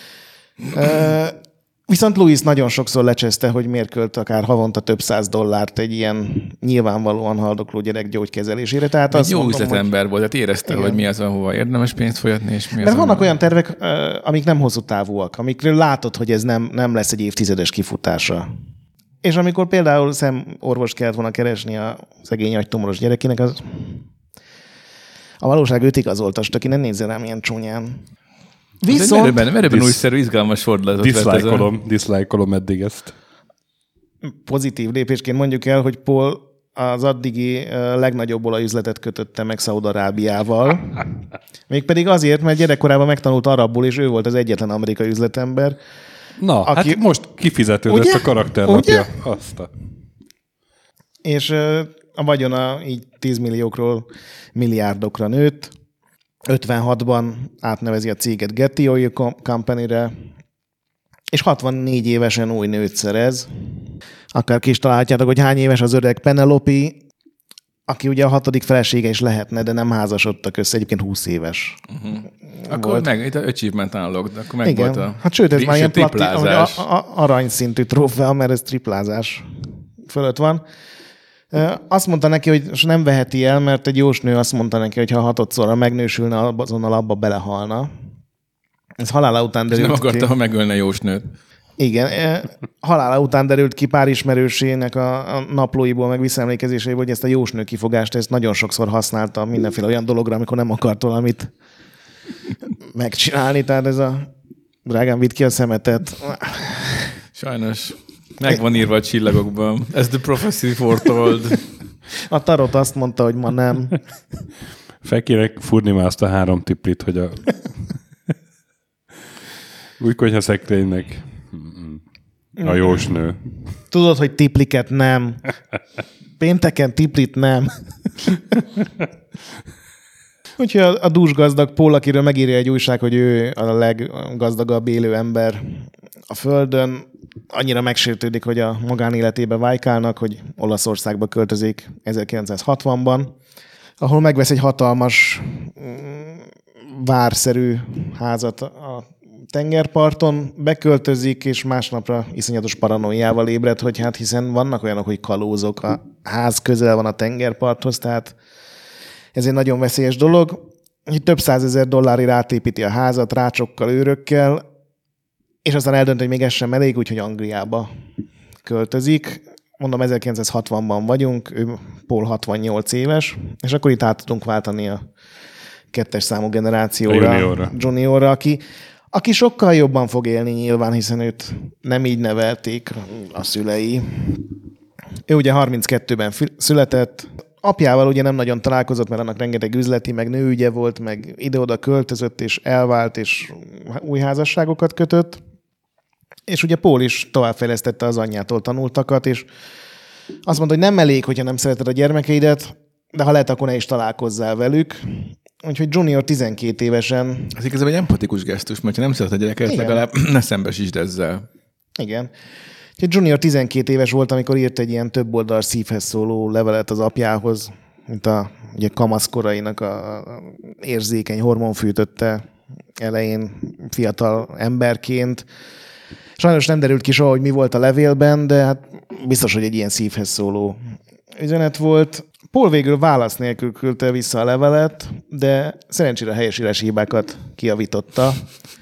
Viszont Louis nagyon sokszor lecseszte, hogy miért költ akár havonta több száz dollárt egy ilyen nyilvánvalóan haldokló gyerek gyógykezelésére. Tehát egy azt jó mondom, üzletember volt, tehát érezte, igen. hogy mi az, ahova érdemes pénzt folyatni, és mi az, mert vannak ahova... olyan tervek, amik nem hosszú távúak, amikről látod, hogy ez nem, nem lesz egy évtizedes kifutása. És amikor például szemorvos kellett volna keresni a szegény agytumoros gyerekének, az a valóság őt igazoltast, aki nem nézze rám ilyen csúnyán. Viszont... Merőben, merőben újszerű, izgalmas fordulatot vett ez a... Dislike-olom, dislike-olom eddig ezt. Pozitív lépésként mondjuk el, hogy Paul az addigi legnagyobb olajüzletet kötötte meg Szaúd-Arábiával. Mégpedig azért, mert gyerekkorában megtanult arabul, és ő volt az egyetlen amerikai üzletember. Na, aki... hát most kifizetődött ugye? A karakterlapja. Azt a... És a vagyona így tíz milliókról milliárdokra nőtt. ötvenhatban átnevezi a céget Getty Oil Company-re, és hatvannégy évesen új nőt szerez. Akár ki is találhatjátok, hogy hány éves az öreg Penelope, aki ugye a hatodik felesége is lehetne, de nem házasodtak össze, egyébként húsz éves. Uh-huh. Akkor volt. Meg, itt a achievement unlocked, akkor meg igen. volt a... Hát sőt, ez már ilyen plati, a, a, aranyszintű trófea, mert ez triplázás fölött van. Azt mondta neki, hogy nem veheti el, mert egy jósnő azt mondta neki, hogy ha hatodszorra megnősülne, azonnal abba belehalna. Ez halála után derült ki. Nem akarta, ki. ha megölne jósnőt. Igen. Halála után derült ki pár ismerősének a, a naplóiból, meg visszaemlékezéseiből, hogy ezt a jósnő kifogást ezt nagyon sokszor használta mindenféle olyan dologra, amikor nem akart valamit megcsinálni. Tehát ez a drágám, vidd ki a szemetet. Sajnos. Meg van írva a csillagokban. Ez the prophecy foretold. A tarot azt mondta, hogy ma nem. Fel kéne fúrni már azt a három tiplit, hogy a új konyhaszekrénynek a jósnő. Tudod, hogy tipliket nem. Pénteken tiplit nem. Úgyhogy a, a dúsgazdag Paul, akiről megírja egy újság, hogy ő a leggazdagabb élő ember a Földön, annyira megsértődik, hogy a magánéletébe vájkálnak, hogy Olaszországba költözik ezerkilencszázhatvanban, ahol megvesz egy hatalmas várszerű házat a tengerparton, beköltözik, és másnapra iszonyatos paranoiával ébred, hogy hát hiszen vannak olyanok, hogy kalózok, a ház közel van a tengerparthoz, tehát ez egy nagyon veszélyes dolog. Több százezer dollárért átépíti a házat rácsokkal, őrökkel, és aztán eldönt, hogy még ez sem elég, úgyhogy Angliába költözik. Mondom, ezerkilencszázhatvanban vagyunk, ő Paul hatvannyolc éves, és akkor itt át tudunk váltani a kettes számú generációra, juniorra, juniorra aki, aki sokkal jobban fog élni nyilván, hiszen őt nem így nevelték a szülei. Ő ugye harminckettőben született, apjával ugye nem nagyon találkozott, mert annak rengeteg üzleti, meg nőügye volt, meg ide-oda költözött, és elvált, és új házasságokat kötött. És ugye Paul is továbbfejlesztette az anyjától tanultakat, és azt mondta, hogy nem elég, hogyha nem szereted a gyermekeidet, de ha lehet, akkor ne is találkozzál velük. Úgyhogy Junior tizenkét évesen... Ez igazából egy empatikus gesztus, mert ha nem szereted a gyereket, igen, legalább ne szembesítsd ezzel. Igen. Úgyhogy Junior tizenkét éves volt, amikor írt egy ilyen több oldal szívhez szóló levelet az apjához, mint a ugye kamaszkorainak a érzékeny hormonfűtötte elején fiatal emberként. Sajnos nem derült ki soha, hogy mi volt a levélben, de hát biztos, hogy egy ilyen szívhez szóló üzenet volt. Paul végül válasz nélkül küldte vissza a levelet, de szerencsére a helyesírási hibákat kijavította.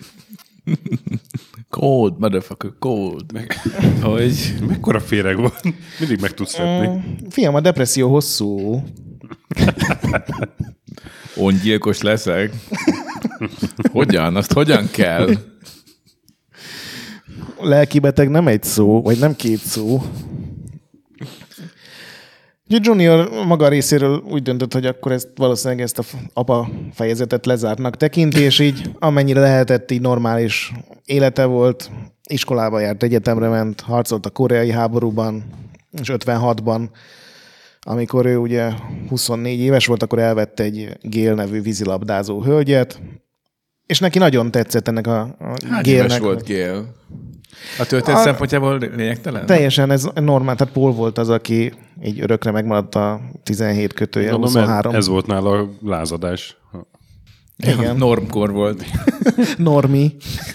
Cold, motherfucker, cold. Meg, hogy... Mekkora féreg van? Mindig meg tudsz vetni. Mm, fiam, a depresszió hosszú. Ongyilkos leszek? Hogyan? Azt hogyan kell? Lelkibeteg nem egy szó, vagy nem két szó. Junior maga részéről úgy döntött, hogy akkor ezt valószínűleg ezt a apa fejezetet lezártnak tekinti, és így amennyire lehetett, így normális élete volt. Iskolába járt, egyetemre ment, harcolt a koreai háborúban, és ötvenhatban, amikor ő ugye huszonnégy éves volt, akkor elvette egy Gail nevű vízilabdázó hölgyet, és neki nagyon tetszett ennek a, a Hány Gailnek. éves volt Gail? A történet szempontjából lényegtelen? Teljesen ez normál, tehát Paul volt az, aki így örökre megmaradt a tizenhét kötője, Mondom, huszonhárom. Ez volt nála a lázadás. Igen. Normkor volt. Normi.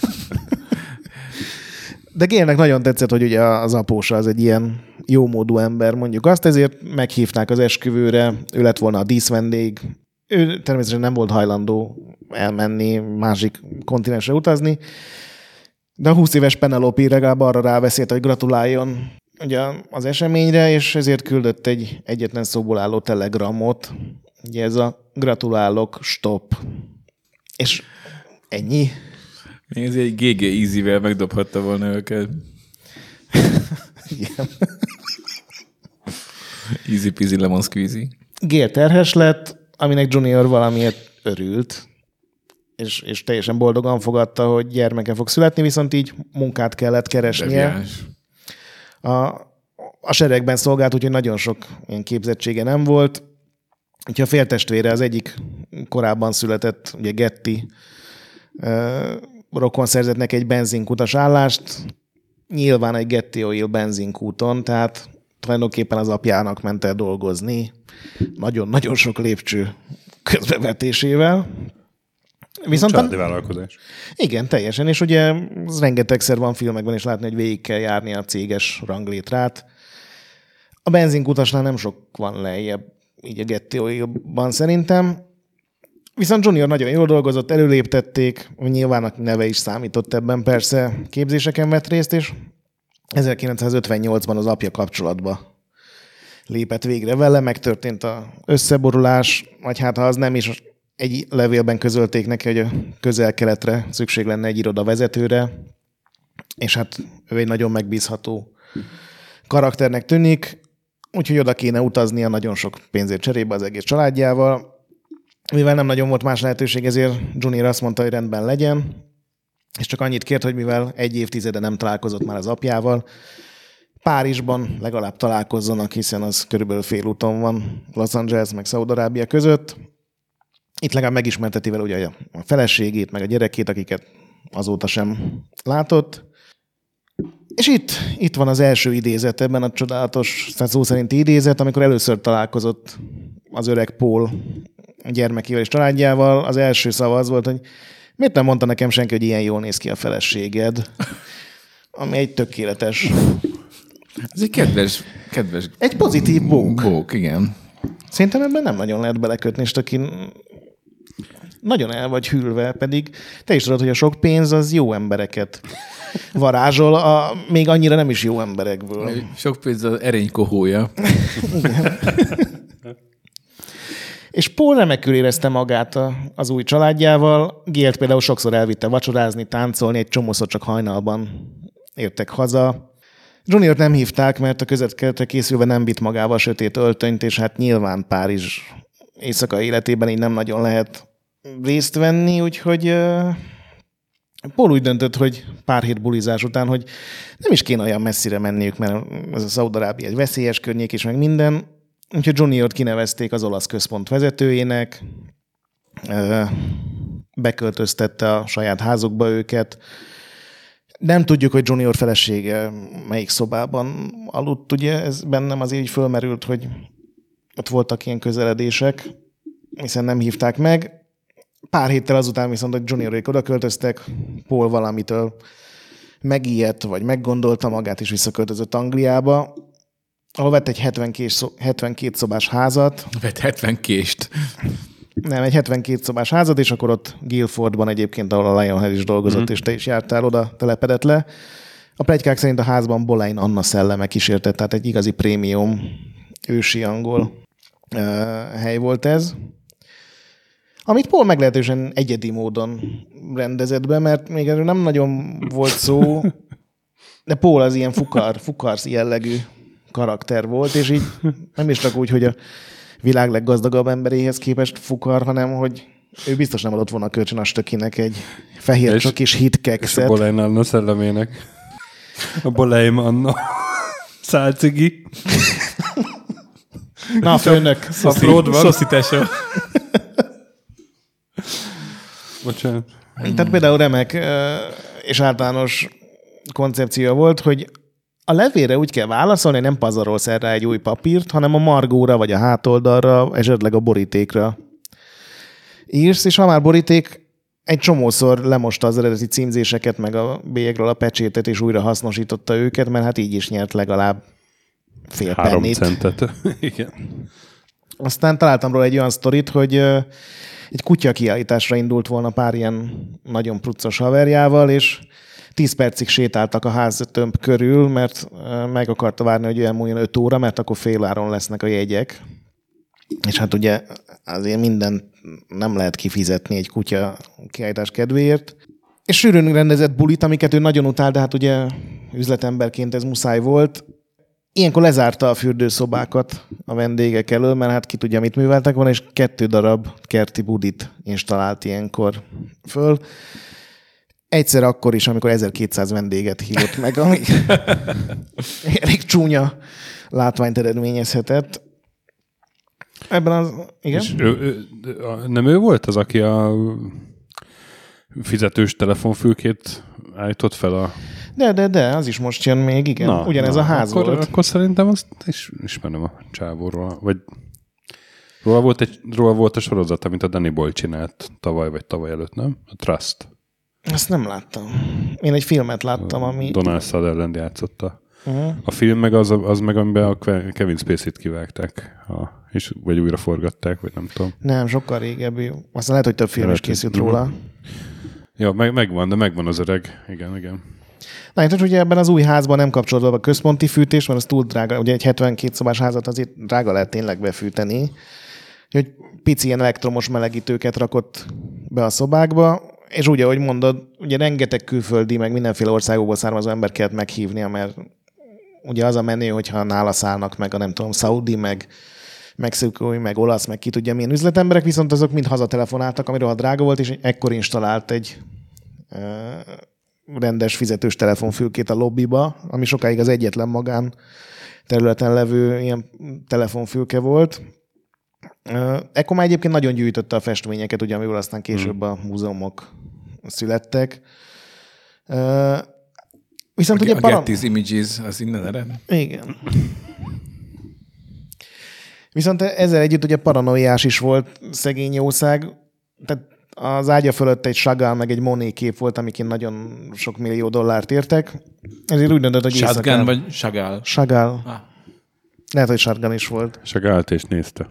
De Gailnek nagyon tetszett, hogy ugye az apósa az egy ilyen jómódú ember, mondjuk azt, ezért meghívták az esküvőre, ő lett volna a díszvendég. Ő természetesen nem volt hajlandó elmenni, másik kontinensre utazni, de a húsz éves Penelope legalább arra ráveszélt, hogy gratuláljon ugye az eseményre, és ezért küldött egy egyetlen szóból álló telegramot. Ugye ez a gratulálok, stop. És ennyi. Még ez egy gé gé Easy-vel megdobhatta volna őket. Igen. Easy peasy lemon squeezy. Gail terhes lett, aminek Junior valamiért örült, és, és teljesen boldogan fogadta, hogy gyermeke fog születni, viszont így munkát kellett keresnie. A, a seregben szolgált, úgyhogy nagyon sok ilyen képzettsége nem volt. Úgyhogy a féltestvére az egyik korábban született, ugye Getty, rokon szerzett neki egy benzinkutas állást, nyilván egy Getty Oil benzinkúton, tehát tulajdonképpen az apjának ment el dolgozni, nagyon-nagyon sok lépcső közbevetésével. Viszont családi vállalkozás. Igen, teljesen, és ugye az rengetegszer van filmekben is látni, hogy végig kell járni a céges ranglétrát. A benzinkutasnál nem sok van lejjebb, így a Getty Oilban szerintem. Viszont Junior nagyon jól dolgozott, előléptették, nyilván a neve is számított ebben, persze képzéseken vett részt, és ezerkilencszázötvennyolcban az apja kapcsolatba lépett végre vele, megtörtént az összeborulás, vagy hát ha az nem is, egy levélben közölték neki, hogy a közel-keletre szükség lenne egy iroda vezetőre, és hát ő egy nagyon megbízható karakternek tűnik, úgyhogy oda kéne utaznia nagyon sok pénzért cserébe az egész családjával. Mivel nem nagyon volt más lehetőség, ezért Junior azt mondta, hogy rendben legyen, és csak annyit kért, hogy mivel egy évtizede nem találkozott már az apjával, Párizsban legalább találkozzanak, hiszen az körülbelül félúton van Los Angeles meg Szaúd-Arábia között. Itt legalább megismerteti vele ugye a feleségét, meg a gyerekét, akiket azóta sem látott. És itt, itt van az első idézet ebben a csodálatos, tehát szó szerinti idézet, amikor először találkozott az öreg Paul gyermekével és családjával. Az első szava az volt, hogy miért nem mondta nekem senki, hogy ilyen jól néz ki a feleséged? Ami egy tökéletes... Ez egy kedves... kedves egy pozitív bók. Bók, igen. Szerintem ebben nem nagyon lehet belekötni, és aki nagyon el vagy hűlve, pedig te is tudod, hogy a sok pénz az jó embereket varázsol, a, még annyira nem is jó emberekből. Sok pénz az erény kohója. Igen. És Paul remekül érezte magát a, az új családjával. Gailt például sokszor elvitte vacsorázni, táncolni, egy csomószor csak hajnalban értek haza. Juniort nem hívták, mert a közel-keletre készülve nem vitt magával sötét öltönyt, és hát nyilván Párizs éjszaka életében így nem nagyon lehet részt venni, úgyhogy uh, Paul úgy döntött, hogy pár hét bulizás után, hogy nem is kéne olyan messzire menniük, mert ez a Szaúd-Arábia egy veszélyes környék is, meg minden. Úgyhogy Juniort kinevezték az olasz központ vezetőjének, uh, beköltöztette a saját házukba őket. Nem tudjuk, hogy Junior felesége melyik szobában aludt, ugye ez bennem azért így fölmerült, hogy ott voltak ilyen közeledések, hiszen nem hívták meg. Pár héttel azután viszont, hogy Johnny-ék oda költöztek, Paul valamitől megijedt, vagy meggondolta magát, és visszaköltözött Angliába, ahol vett egy hetvenkét szobás házat. Vett hetven kést. Nem, egy hetvenkét szobás házat, és akkor ott Guildfordban egyébként, ahol a Lionhead is dolgozott, mm. és te is jártál oda, telepedett le. A pletykák szerint a házban Boleyn Anna szelleme kísértett, tehát egy igazi prémium ősi angol uh, hely volt ez. Amit Paul meglehetősen egyedi módon rendezett be, mert még erről nem nagyon volt szó, de Paul az ilyen fukar, fukarsz jellegű karakter volt, és így nem is csak úgy, hogy a világ leggazdagabb emberéhez képest fukar, hanem hogy ő biztos nem adott volna kölcsön a stökinek egy fehér csak és hitkekszet. És a Boleyn Anna szellemének. A Boleyn Anna szálcigi. Na, főnök. Szoszi tesó. Bocsánat. Tehát például remek és általános koncepció volt, hogy a levélre úgy kell válaszolni, nem pazarolsz erre egy új papírt, hanem a margóra, vagy a hátoldalra, esetleg a borítékra írsz, és ha már boríték, egy csomószor lemosta az eredeti címzéseket, meg a bélyegről a pecsétet, és újra hasznosította őket, mert hát így is nyert legalább fél Három pennit. centet. Igen. Aztán találtam róla egy olyan sztorit, hogy egy kutya kiállításra indult volna pár ilyen nagyon pruccos haverjával, és tíz percig sétáltak a háztömb körül, mert meg akarta várni, hogy elmúljon öt óra, mert akkor féláron lesznek a jegyek. És hát ugye azért minden nem lehet kifizetni egy kutya kiállítás kedvéért. És sűrűn rendezett bulit, amiket ő nagyon utál, de hát ugye üzletemberként ez muszáj volt. Ilyenkor lezárta a fürdőszobákat a vendégek elől, mert hát ki tudja, mit műveltek volna, és kettő darab kerti budit installált ilyenkor föl. Egyszer akkor is, amikor ezerkétszáz vendéget hívott meg, ami elég csúnya látványt eredményezhetett. Ebben az... Igen? És ő, ő, nem ő volt az, aki a fizetős telefonfülkét állított fel a... De, de, de, az is most jön még, igen. Na, ugyanez na, a ház akkor, volt. Akkor szerintem azt is ismerem a csávóról. Vagy róla volt, egy, róla volt a sorozat, amit a Danny Boyle csinált tavaly, vagy tavaly előtt, nem? A Trust. Ezt nem láttam. Én egy filmet láttam, ami... Donald Sutherland játszotta. Uh-huh. A film meg az, az meg, amiben a Kevin Spacey-t kivágták, a, és vagy újra forgatták, vagy nem tudom. Nem, sokkal régebbi. Aztán lehet, hogy több film is készült róla. Ja, meg, megvan, de megvan az öreg. Igen, igen. Na, tehát ugye ebben az új házban nem kapcsolódva a központi fűtés, mert az túl drága. Ugye egy hetvenkét szobás házat azért drága lehet tényleg befűteni. Hogy pici ilyen elektromos melegítőket rakott be a szobákba, és úgy, ahogy mondod, ugye rengeteg külföldi, meg mindenféle országokból származó ember kellett meghívnia, mert ugye az a menő, hogyha nála szállnak meg a nem tudom, szaudi, meg mexikói, meg olasz, meg ki tudja milyen üzletemberek, viszont azok mind hazatelefonáltak, ami rohadt drága volt, és ekkor installált egy uh, rendes fizetős telefonfülkét a lobbiba, ami sokáig az egyetlen magán területen levő ilyen telefonfülke volt. Uh, ekkor már egyébként nagyon gyűjtötte a festményeket, ugye, amiből aztán később a múzeumok születtek. Uh, viszont ugye, ugye... A para... Get These Images, az innen ered? Igen. Viszont ezzel együtt ugye paranoiás is volt szegény jószág. Tehát az ágya fölött egy Chagall meg egy Monet kép volt, amikén nagyon sok millió dollárt értek. Ezért úgy döntött, hogy éjszakán... Shotgun vagy Chagall? Chagall. Ah. Lehet, hogy Shotgun is volt. Chagallt és nézte.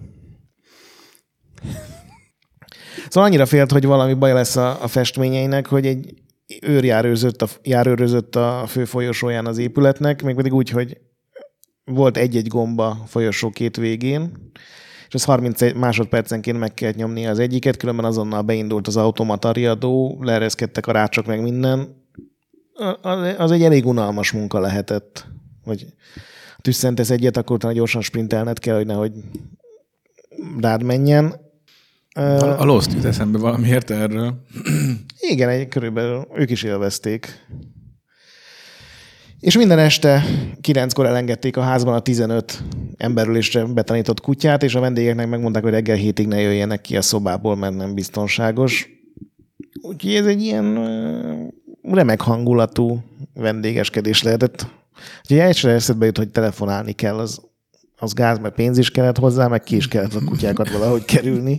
Szóval annyira félt, hogy valami baj lesz a, a festményeinek, hogy egy őr járőrözött a, járőrözött a fő folyosóján az épületnek, mégpedig úgy, hogy volt egy-egy gomba a folyosó két végén, és az harminc másodpercenként meg kellett nyomni az egyiket, különben azonnal beindult az automata riadó, leereszkedtek a rácsok meg minden. Az egy elég unalmas munka lehetett, hogy tüsszentesz egyet, akkor utána gyorsan sprintelned kell, hogy nehogy rád menjen. A, a Lost jut eszembe valamiért erről. Igen, egy, körülbelül ők is élvezték. És minden este kilenckor elengedték a házban a tizenöt emberülésre betanított kutyát, és a vendégeknek megmondták, hogy reggel hétig ne jöjjenek ki a szobából, mert nem biztonságos. Úgyhogy ez egy ilyen remek hangulatú vendégeskedés lehetett. Úgyhogy egyszer eszedbe jut, hogy telefonálni kell az az gáz, mert pénz is kellett hozzá, meg ki is kellett a kutyákat valahogy kerülni.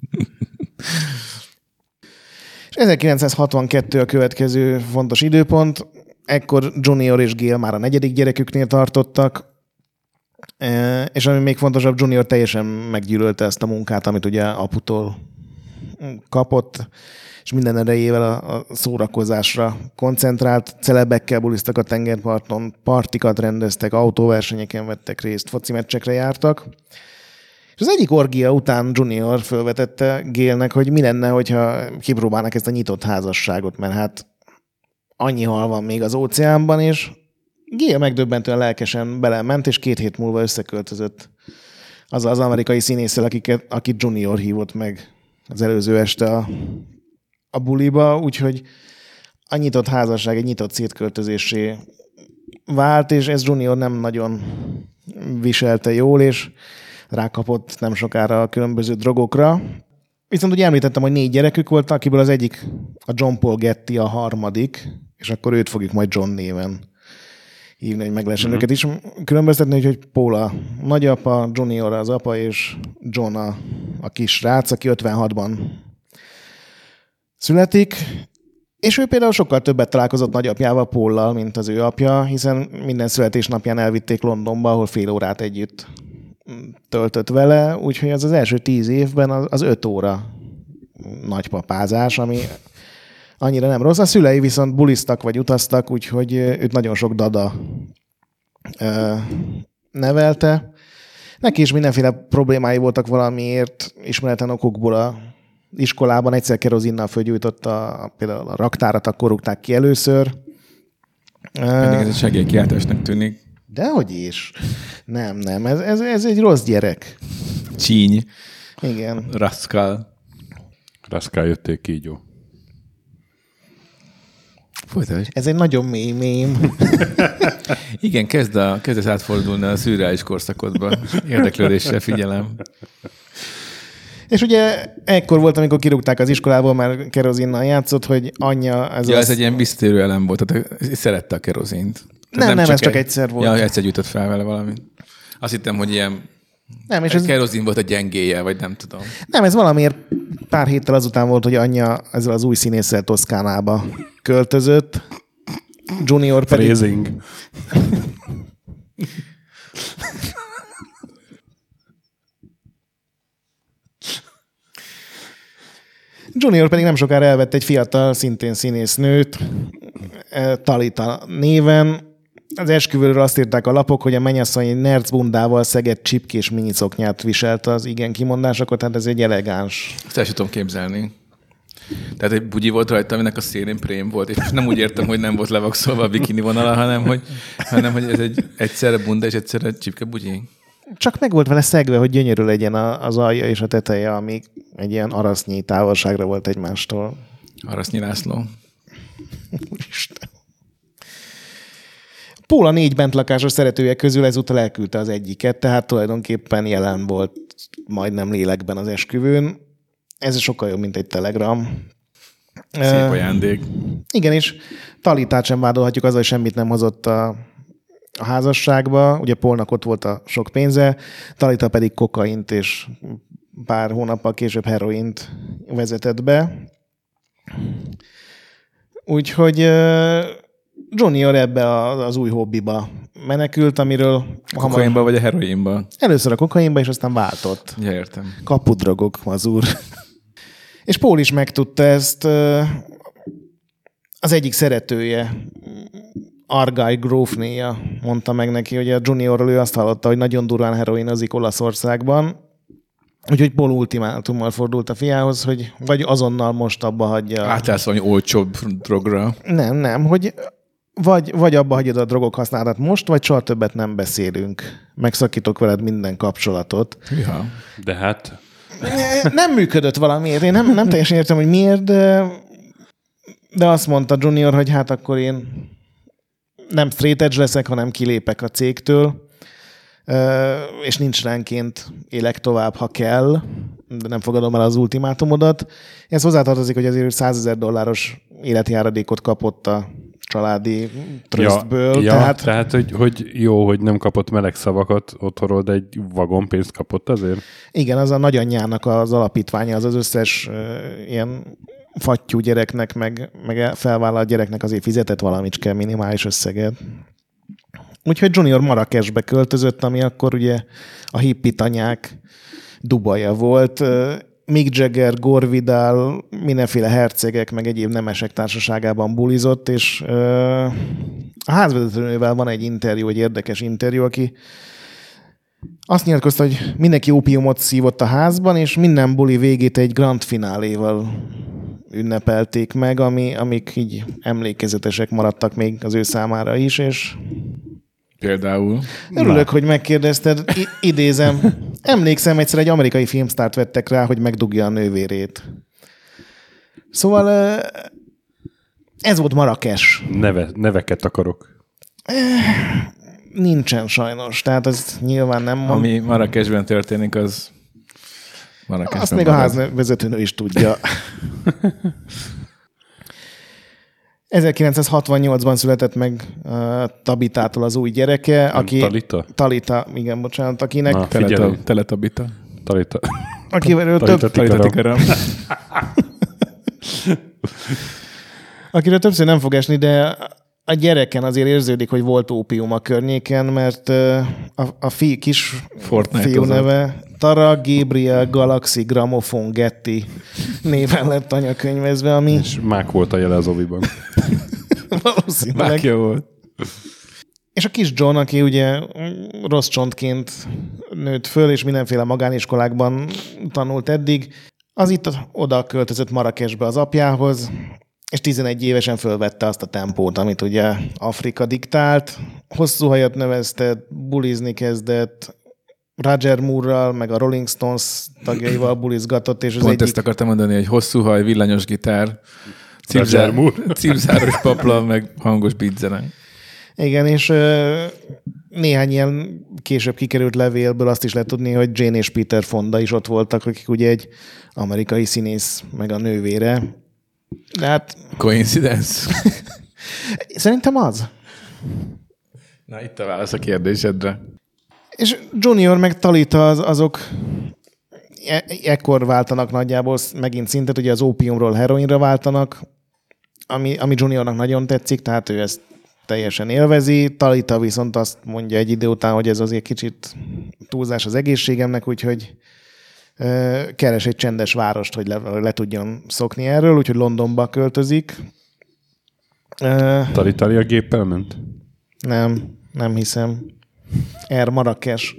És ezerkilencszázhatvankettő a következő fontos időpont. Ekkor Junior és Gail már a negyedik gyereküknél tartottak, és ami még fontosabb, Junior teljesen meggyűlölte ezt a munkát, amit ugye aputól kapott, és minden erejével a szórakozásra koncentrált. Celebekkel bulisztak a tengerparton, partikat rendeztek, autóversenyeken vettek részt, foci meccsekre jártak. És az egyik orgia után Junior felvetette Gailnek, hogy mi lenne, hogyha kipróbálnak ezt a nyitott házasságot, mert hát annyi hal van még az óceánban, és Gail megdöbbentően lelkesen belement, és két hét múlva összeköltözött azzal az amerikai színésszel, akiket, akit Junior hívott meg az előző este a, a buliba, úgyhogy a nyitott házasság egy nyitott szétköltözésé vált, és ez Junior nem nagyon viselte jól, és rákapott nem sokára a különböző drogokra. Viszont ugye említettem, hogy négy gyerekük volt, akiből az egyik a John Paul Getty a harmadik, és akkor őt fogjuk majd John néven hívni, hogy meg lehessen uh-huh. őket is különböztetni, úgyhogy Paul a nagyapa, Junior az apa, és John a, a kis rác, aki ötvenhatban születik. És ő például sokkal többet találkozott nagyapjával, Paullal, mint az ő apja, hiszen minden születésnapján elvitték Londonba, ahol fél órát együtt töltött vele, úgyhogy az az első tíz évben az, az öt óra nagypapázás, ami annyira nem rossz. A szülei viszont buliztak vagy utaztak, úgyhogy őt nagyon sok dada ö, nevelte. Neki is mindenféle problémái voltak valamiért, ismeretlen okokból a iskolában. Egyszer kerozinnal fölgyújtotta például a raktárat, akkor rúgták ki először. Pedig ez egy segélykiáltásnak tűnik. Dehogy is. Nem, nem. Ez, ez, ez egy rossz gyerek. Csíny. Igen. Rascal. Rascal jötték kígyó. Folytasd. Ez egy nagyon mély mém. Igen, kezd, a, kezd átfordulni a szürreális korszakodba. Érdeklődéssel figyelem. És ugye ekkor volt, amikor kirúgták az iskolából, mert kerozinnal játszott, hogy anyja... Ez, ja, az... ez egy ilyen visszatérő elem volt, tehát szerette a kerozint. Nem, nem, nem, csak ez csak egy... egyszer volt. Ja, egyszer gyújtott fel vele valamit. Azt hittem, hogy ilyen nem, és ez... kerozin volt a gyengéje, vagy nem tudom. Nem, ez valamiért pár héttel azután volt, hogy anyja ezzel az új színésszel Toszkánába költözött. Junior pedig... Phrasing. Junior pedig nem sokára elvett egy fiatal, szintén színésznőt, Talita néven. Az esküvőről azt írták a lapok, hogy a mennyasszony egy nercbundával szegett csipkés minicoknyát viselt az igen kimondásokat, tehát ez egy elegáns. Ezt el sem tudom képzelni. Tehát egy bugyi volt rajta, aminek a szélén prém volt, és nem úgy értem, hogy nem volt levakszolva a bikini vonala, hanem hogy, hanem, hogy ez egy egyszerre bunda és egyszerre csipke bugyi. Csak meg volt vele szegve, hogy gyönyörű legyen az alja és a teteje, amíg egy ilyen arasznyi távolságra volt egymástól. Arasznyi László. Isten. Paul a négy bentlakásos szeretője közül ezúttal elküldte az egyiket, tehát tulajdonképpen jelen volt majdnem lélekben az esküvőn. Ez sokkal jobb, mint egy telegram. Szép ajándék. Uh, igen, és Talitát sem vádolhatjuk azzal, hogy semmit nem hozott a, a házasságba. Ugye Paulnak ott volt a sok pénze, Talita pedig kokaint és pár hónappal később heroint vezetett be. Úgyhogy uh, Junior ebbe az új hobbiba menekült, amiről... A kokainba hamar... vagy a heroinba? Először a kokainba, és aztán váltott. Ja, értem. Kapudrogok, mazur. És Paul is megtudta ezt. Az egyik szeretője, Argyle grófnéja mondta meg neki, hogy a Juniorról ő azt hallotta, hogy nagyon durván heroinozik Olaszországban. Úgyhogy Paul ultimátummal fordult a fiához, hogy vagy azonnal most abba hagyja... Átállsz valami olcsóbb drogra. Nem, nem, hogy vagy, vagy abba hagyod a drogok használatát most, vagy soha többet nem beszélünk. Megszakítok veled minden kapcsolatot. Ja. De hát... Nem működött valamiért. Én nem, nem teljesen értem, hogy miért, de, de azt mondta Junior, hogy hát akkor én nem straight edge leszek, hanem kilépek a cégtől, és nincs ránként élek tovább, ha kell, de nem fogadom el az ultimátumodat. Ez hozzátartozik, hogy azért százezer dolláros életjáradékot kapott a családi trösztből. Ja, ja, tehát, tehát hogy, hogy jó, hogy nem kapott meleg szavakat otthonról, de egy vagon pénzt kapott azért? Igen, az a nagyanyjának az alapítványa, az az összes uh, ilyen fattyú gyereknek, meg, meg felvállalt gyereknek azért fizetett valamicske minimális összeget. Úgyhogy Junior Marrakesbe költözött, ami akkor ugye a hippit anyák Dubaja volt. Mick Jagger, Gore Vidal, mindenféle hercegek, meg egyéb nemesek társaságában bulizott, és a házvezetőnővel van egy interjú, egy érdekes interjú, aki azt nyilatkozta, hogy mindenki ópiumot szívott a házban, és minden buli végét egy grand fináléval ünnepelték meg, ami, amik így emlékezetesek maradtak még az ő számára is, és például. Örülök, Na. hogy megkérdezted. I- idézem. Emlékszem, egyszer egy amerikai filmsztárt vettek rá, hogy megdugja a nővérét. Szóval ez volt Marrakes. Neve, neveket akarok. Nincsen sajnos. Tehát ez nyilván nem mond. Ami Marrakesben történik, az Marrakesben Azt még marad. A házvezetőnő is tudja. ezerkilencszázhatvannyolcban született meg uh, Tabitától az új gyereke, Nem, aki... Talita? Talita, igen, bocsánat, akinek... Na, Teleta, Teletabita. Talita. Akiről több... Talita tikaram. Akiről többször nem fog esni, de a gyereken azért érződik, hogy volt ópium a környéken, mert uh, a, a fi, kis Fortnite fiú neve Tara Gabriel Galaxy Gramophone Getty néven lett anyakönyvezve, ami... És mák volt a jele az oviban. Valószínűleg. Mák jó volt. És a kis John, aki ugye rossz csontként nőtt föl, és mindenféle magániskolákban tanult eddig, az itt oda költözött Marrakesbe az apjához, és tizenegy évesen fölvette azt a tempót, amit ugye Afrika diktált. Hosszú hajat növesztett, bulizni kezdett, Roger Moore-ral, meg a Rolling Stones tagjaival bulizgatott, és az Pont egyik... ezt akartam mondani, hogy hosszú haj, villanyos gitár, Roger Moore. címzáros paplan, meg hangos beatzene. Igen, és ö, néhány ilyen később kikerült levélből azt is lehet tudni, hogy Jane és Peter Fonda is ott voltak, akik ugye egy amerikai színész, meg a nővére. De hát... Coincidence? Szerintem az. Na, itt a válasz a kérdésedre. És Junior meg Talita az, azok e- ekkor váltanak nagyjából megint szintet, ugye az ópiumról heroinra váltanak, ami, ami Juniornak nagyon tetszik, tehát ő ezt teljesen élvezi. Talita viszont azt mondja egy idő után, hogy ez azért kicsit túlzás az egészségemnek, úgyhogy ö, keres egy csendes várost, hogy le, le tudjon szokni erről, úgyhogy Londonba költözik. Ö, Talitali a géppel ment? Nem, nem hiszem. Air Marrakes.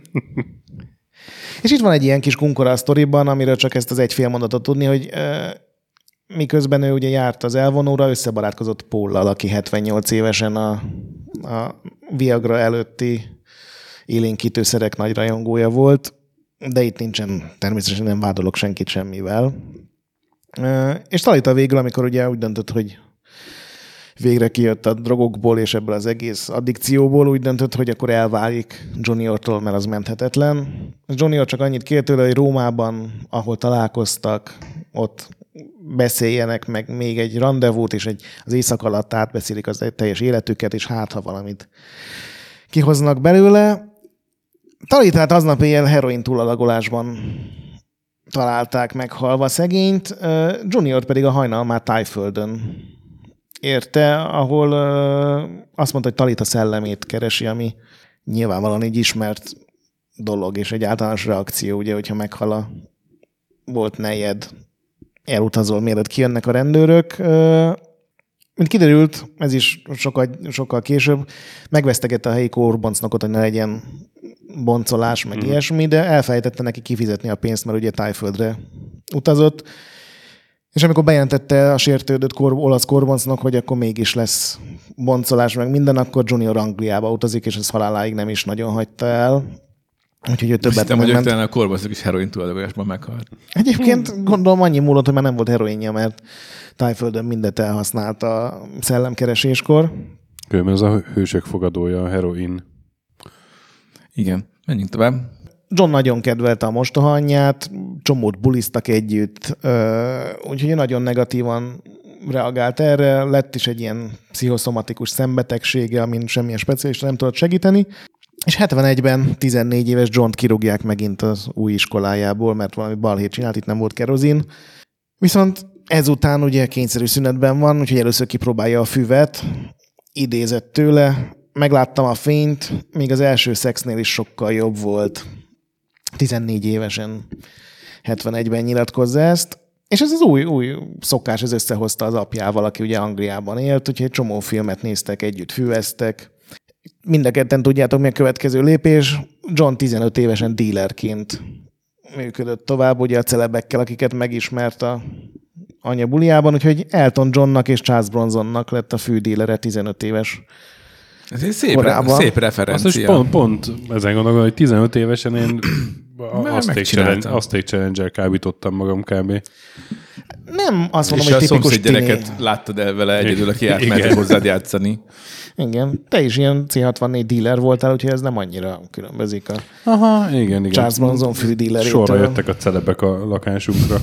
És itt van egy ilyen kis kunkora a sztoriban, amiről csak ezt az egy fél mondatot tudni, hogy uh, miközben ő ugye járt az elvonóra, összebarátkozott Paullal, aki hetvennyolc évesen a, a Viagra előtti élénkítőszerek nagy rajongója volt, de itt nincsen, természetesen nem vádolok senkit semmivel. Uh, és Talita végül, amikor ugye úgy döntött, hogy végre kijött a drogokból és ebből az egész addikcióból, úgy döntött, hogy akkor elválik Juniortól, mert az menthetetlen. Junior csak annyit kért tőle, hogy Rómában, ahol találkoztak, ott beszéljenek meg még egy randevút, és egy, az éjszak alatt átbeszélik az teljes életüket, és hát, ha valamit kihoznak belőle. Talitát aznap éjjel heroin túlalagolásban találták meghalva szegényt, Junior pedig a hajnal már Tájföldön érte, ahol uh, azt mondta, hogy Talita szellemét keresi, ami nyilvánvalóan egy ismert dolog, és egy általános reakció, ugye, hogyha meghal a volt nejed, elutazol, mielőtt kijönnek a rendőrök. Uh, mint kiderült, ez is sokkal, sokkal később, megvesztegette a helyi kórboncnokot, hogy ne legyen boncolás, meg mm. ilyesmi, de elfelejtette neki kifizetni a pénzt, mert ugye Tájföldre utazott. És amikor bejelentette a sértődött kor, olasz korboncnak, hogy akkor mégis lesz boncolás, meg minden, akkor Junior Angliába utazik, és ez haláláig nem is nagyon hagyta el. Úgyhogy ő többet nem nem hogy ment. talán a korboncnak is heroin túladagolásban meghalt. Egyébként gondolom annyi múlott, hogy már nem volt heroinja, mert Tájföldön mindet elhasznált a szellemkereséskor. Különben ez a hősök fogadója, a heroin. Igen, menjünk tovább. John nagyon kedvelte a mostoha anyját, csomót buliztak együtt, úgyhogy nagyon negatívan reagált erre, lett is egy ilyen pszichoszomatikus szembetegsége, amin semmilyen specialista nem tudott segíteni, és hetvenegyben tizennégy éves Johnt kirúgják megint az új iskolájából, mert valami balhét csinált, itt nem volt kerozin. Viszont ezután ugye kényszerű szünetben van, úgyhogy először kipróbálja a füvet, idézett tőle, megláttam a fényt, még az első szexnél is sokkal jobb volt. tizennégy évesen, hetvenegyben nyilatkozza ezt, és ez az új, új szokás, ez összehozta az apjával, aki ugye Angliában élt, úgyhogy egy csomó filmet néztek, együtt füveztek. Mind a ketten tudjátok, mi a következő lépés. John tizenöt évesen dílerként működött tovább, ugye a celebekkel, akiket megismert a anya buliában, úgyhogy Elton Johnnak és Charles Bronsonnak lett a fődílere tizenöt éves ez egy szép, re- szép referencia. Azt is pont, pont ezen gondolom, hogy tizenöt évesen én Azték Challenger kábítottam magam kb. Nem azt mondom, és hogy tipikus tini. És a szomszéd gyereket láttad el vele egyedül, aki átment hozzád játszani. Igen, te is ilyen cé hatvannégy díler voltál, úgyhogy ez nem annyira különbözik a Aha, igen, igen. Charles Bronson fődílerétől. Sorra jöttek a celebek a lakásunkra.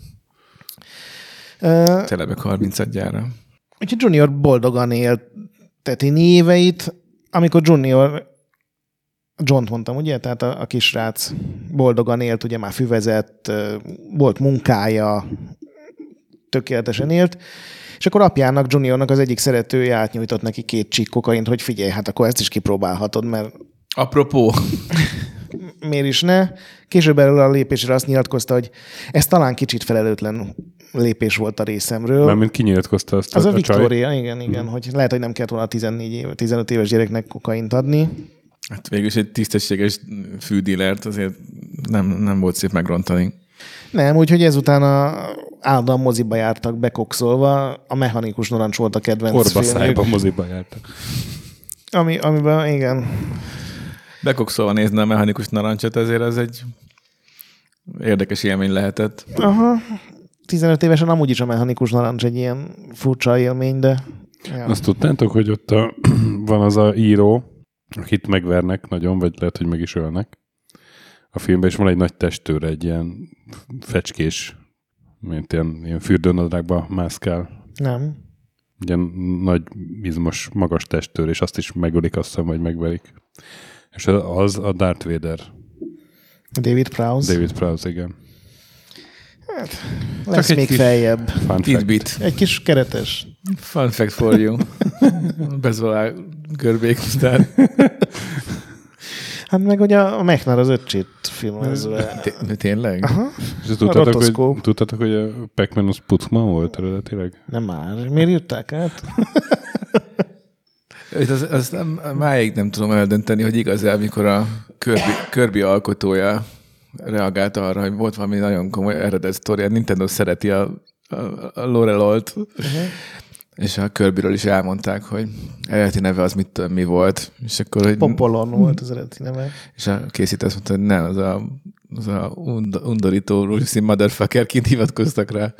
Celebek harmincadjára. Úgyhogy Junior boldogan élt tini éveit, amikor Junior, John-t mondtam, ugye, tehát a, a kisrác boldogan élt, ugye már füvezett, volt munkája, tökéletesen élt, és akkor apjának, Juniornak az egyik szeretője átnyújtott neki két csík kokaint, hogy figyelj, hát akkor ezt is kipróbálhatod, mert... Apropó. Miért is ne? Később erről a lépésre azt nyilatkozta, hogy ez talán kicsit felelőtlen lépés volt a részemről. Mármint kinyilatkozta azt az a, a Victoria, csaj. igen, igen, hmm. hogy lehet, hogy nem kellett volna tizennégy év, tizenöt éves gyereknek kokaint adni. Hát végülis egy tisztességes fűdílert azért nem, nem volt szép megrontani. Nem, úgyhogy ezután a állandóan moziba jártak bekokszolva, a Mechanikus Narancs volt a kedvenc Orbaszájban moziba jártak. Ami, amiben, igen. Bekokszolva nézni a Mechanikus Narancsot, ezért az egy érdekes élmény lehetett. Aha. tizenöt évesen amúgy is a Mechanikus Narancs egy ilyen furcsa élmény, de... Ja. Azt tudtátok, hogy ott a, van az a író, akit megvernek nagyon, vagy lehet, hogy meg is ölnek a filmben, és van egy nagy testőr, egy ilyen fecskés, mint ilyen, ilyen fürdőnadrágba mászkál. Nem. Ilyen nagy, izmos, magas testőr, és azt is megölik, azt hiszem, vagy megverik. És az a Darth Vader. David Prowse. David Prowse, igen. Hát, lesz még feljebb. Tidbit. Egy kis keretes. Fun fact for you. Bezolál görbék után. Hát meg ugye a Mechner az öccsét filmezve. Tényleg? Aha. És tudtátok, hogy, tudtátok, hogy a Pac-Man az Putzman volt eredetileg? Nem már. Miért írták át? Azt az máig nem tudom eldönteni, hogy igaz-e, amikor a Kirby, Kirby alkotója reagált arra, hogy volt valami nagyon komoly eredet sztori. A Nintendo szereti a, a, a Lorelort, uh-huh. és a Kirbyről is elmondták, hogy eredeti neve az mit mi volt. És akkor, hogy Popolon volt az eredeti neve. És a készítő azt mondta, hogy nem, az a, az a undorító Lucy Motherfuckerként hivatkoztak rá.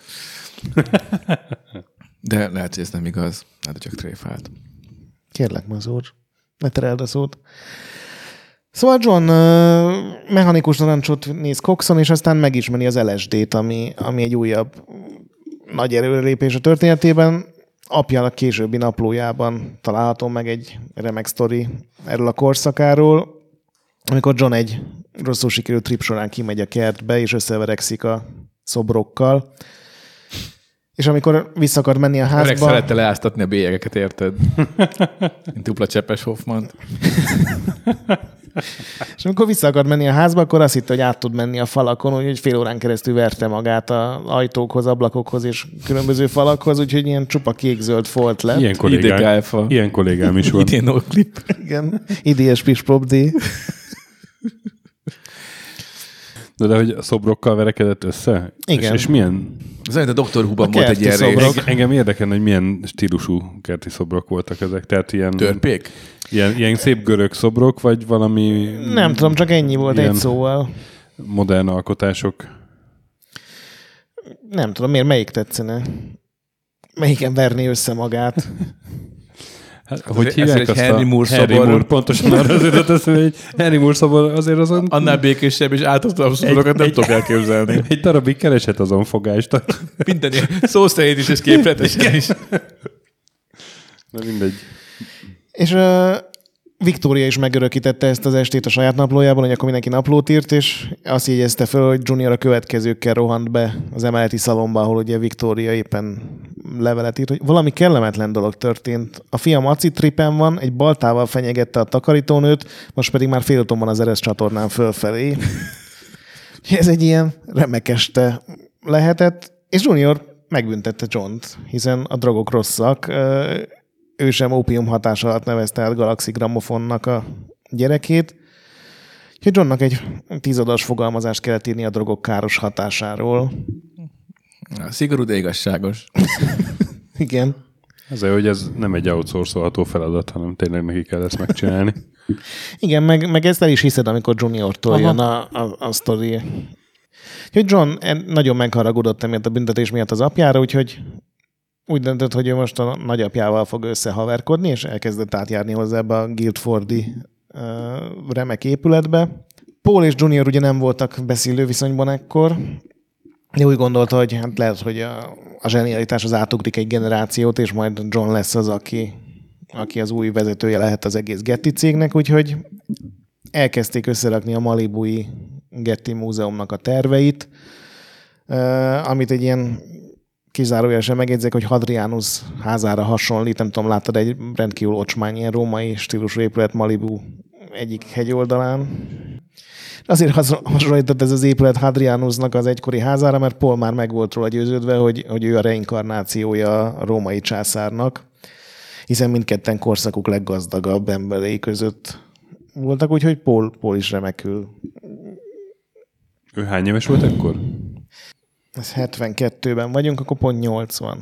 De lehet, hogy ez nem igaz. Hát csak tréfált. Kérlek, Mazur, ne tereld a szót. Szóval John uh, Mechanikus Narancsot néz Coxon, és aztán megismeri az el es dét, ami, ami egy újabb nagy előrelépés a történetében. Apjának későbbi naplójában található meg egy remek sztori erről a korszakáról, amikor John egy rosszul sikerült trip során kimegy a kertbe, és összeverekszik a szobrokkal. És amikor vissza akar menni a házba... Öreg szerette leáztatni a bélyegeket, érted? Mint dupla cseppes Hoffman. És amikor vissza akar menni a házba, akkor azt hitte, hogy át tud menni a falakon, úgyhogy fél órán keresztül verte magát az ajtókhoz, ablakokhoz és különböző falakhoz, úgyhogy ilyen csupa kék-zöld folt lett. Ilyen kollégám, ilyen kollégám is van. Idén no clip. Igen. Idies Pispop D. De, de hogy a szobrokkal verekedett össze? Igen. És, és milyen... Az olyan, a doktor Who-ban volt egy ilyen rész. Engem érdekelne, hogy milyen stílusú kerti szobrok voltak ezek. Tehát ilyen... Törpék? Ilyen, ilyen szép görög szobrok, vagy valami... Nem tudom, csak ennyi volt egy szóval. Modern alkotások. Nem tudom, miért melyik tetszene? Melyiken verné össze magát? Hát, Hát hogy ez- hívják ez egy azt Henry a Moore Henry szobor. Moore, pontosan arra azért teszem, hogy egy Henry Moore szobor azért azon... Annál békésebb és átadtabb szoborokat nem egy- tudok elképzelni. Egy darabig keresett azon fogást. Minden ilyen szó szerint is, és képletesen is. Na mindegy. És uh, Victoria is megörökítette ezt az estét a saját naplójában, hogy akkor mindenki naplót írt, és azt jegyezte fel, hogy Junior a következőkkel rohant be az emeleti szalomba, ahol ugye Victoria éppen levelet írt, hogy valami kellemetlen dolog történt. A fiam acitripen van, egy baltával fenyegette a takarítónőt, most pedig már fél úton van az Eresz csatornán fölfelé. Ez egy ilyen remek este lehetett, és Junior megbüntette Johnt, hiszen a drogok rosszak. Ő sem ópium hatás alatt nevezte át Galaxy Gramofonnak a gyerekét. Úgyhogy Johnnak egy tízadas fogalmazást kellett írni a drogok káros hatásáról. Na, szigorú, de igazságos. Igen. Azért, hogy ez nem egy outsourcolható feladat, hanem tényleg neki kell ezt megcsinálni. Igen, meg, meg ezt el is hiszed, amikor Juniortól Aha. jön a, a, a sztori. Úgyhogy John nagyon megharagudott emiatt a büntetés miatt az apjára, úgyhogy úgy döntött, hogy ő most a nagyapjával fog összehaverkodni, és elkezdett átjárni hozzá ebbe a Guildfordi uh, remek épületbe. Paul és Junior ugye nem voltak beszélő viszonyban ekkor, de úgy gondolta, hogy hát lehet, hogy a, a zsenialitás az átugrik egy generációt, és majd John lesz az, aki, aki az új vezetője lehet az egész Getty cégnek, úgyhogy elkezdték összerakni a Malibui Getty Múzeumnak a terveit, uh, amit egy ilyen kizárójelesen megjegyzek, hogy Hadrianus házára hasonlít, nem tudom, láttad egy rendkívül ocsmány ilyen római stílusú épület Malibu egyik hegyoldalán. Azért hasonlított ez az épület Hadrianusnak az egykori házára, mert Paul már meg volt róla győződve, hogy, hogy ő a reinkarnációja a római császárnak, hiszen mindketten korszakuk leggazdagabb emberei között voltak, úgyhogy Paul, Paul is remekül. Ő hány éves volt ekkor? Ez hetvenkettőben vagyunk, akkor pont nyolcvan.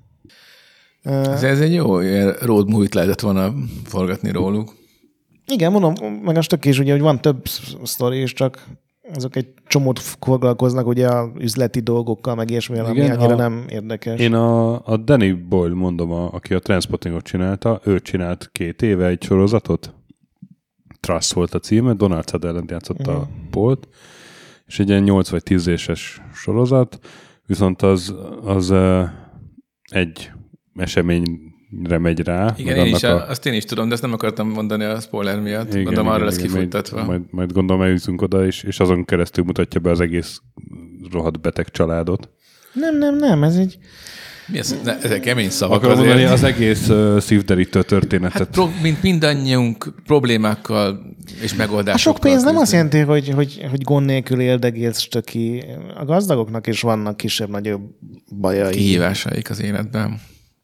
Ez, ez egy jó ilyen road movie-t lehetett volna forgatni róluk. Igen, mondom, meg az tök is, ugye, hogy van több sztori is, csak azok egy csomót foglalkoznak ugye a üzleti dolgokkal, meg ilyesmivel, ami Igen, annyira a- nem érdekes. Én a, a Danny Boyle, mondom, a, aki a Trainspottingot csinálta, ő csinált két éve egy sorozatot. Trust volt a címe, Donald Sutherland játszotta Mhm. a Paul-t, és egy ilyen nyolc vagy tíz éves sorozat, viszont az, az uh, egy eseményre megy rá. Igen, meg én is, annak a... azt én is tudom, de ezt nem akartam mondani a spoiler miatt. Igen, Gondolom, arra igen, lesz igen, kifuttatva. Majd, majd, majd gondolom eljutunk oda, és, és azon keresztül mutatja be az egész rohadt beteg családot. Nem, nem, nem, ez egy... Mi ez? Ne, ezek kemény szavak Akarom azért. mondani az egész uh, szívderítő történetet. Hát pro, mint mindannyiunk problémákkal és A megoldásokkal. sok pénz nem küzdünk. azt jelenti, hogy, hogy, hogy gond nélkül éldegélsz stöki. A gazdagoknak is vannak kisebb-nagyobb bajai. Kihívásaik az életben.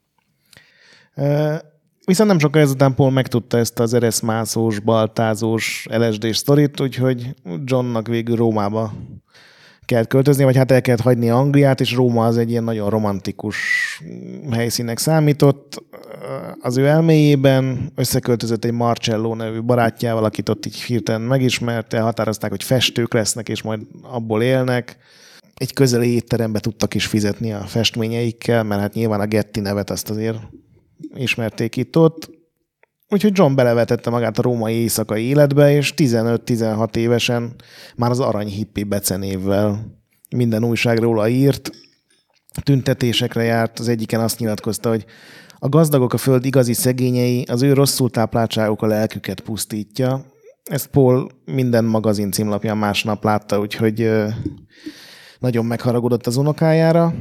Uh, Viszont nem sokkal ezután Paul megtudta ezt az ereszmászós, baltázós, el es dés sztorit, úgyhogy Johnnak végül Rómába kellett költözni, vagy hát el kellett hagyni Angliát, és Róma az egy ilyen nagyon romantikus helyszínnek számított. Az ő elméjében összeköltözött egy Marcello nevű barátjával, akit ott így hirtelen megismerte, határozták, hogy festők lesznek, és majd abból élnek. Egy közeli étterembe tudtak is fizetni a festményeikkel, mert hát nyilván a Getty nevet azt azért ismerték itt-ott. Úgyhogy John belevetette magát a római éjszakai életbe, és tizenöt-tizenhat évesen már az arany hippi becenévvel minden újság róla írt, tüntetésekre járt, az egyiken azt nyilatkozta, hogy a gazdagok a föld igazi szegényei, az ő rosszul tápláltságuk a lelküket pusztítja. Ezt Paul minden magazin címlapján másnap látta, úgyhogy nagyon megharagudott az unokájára.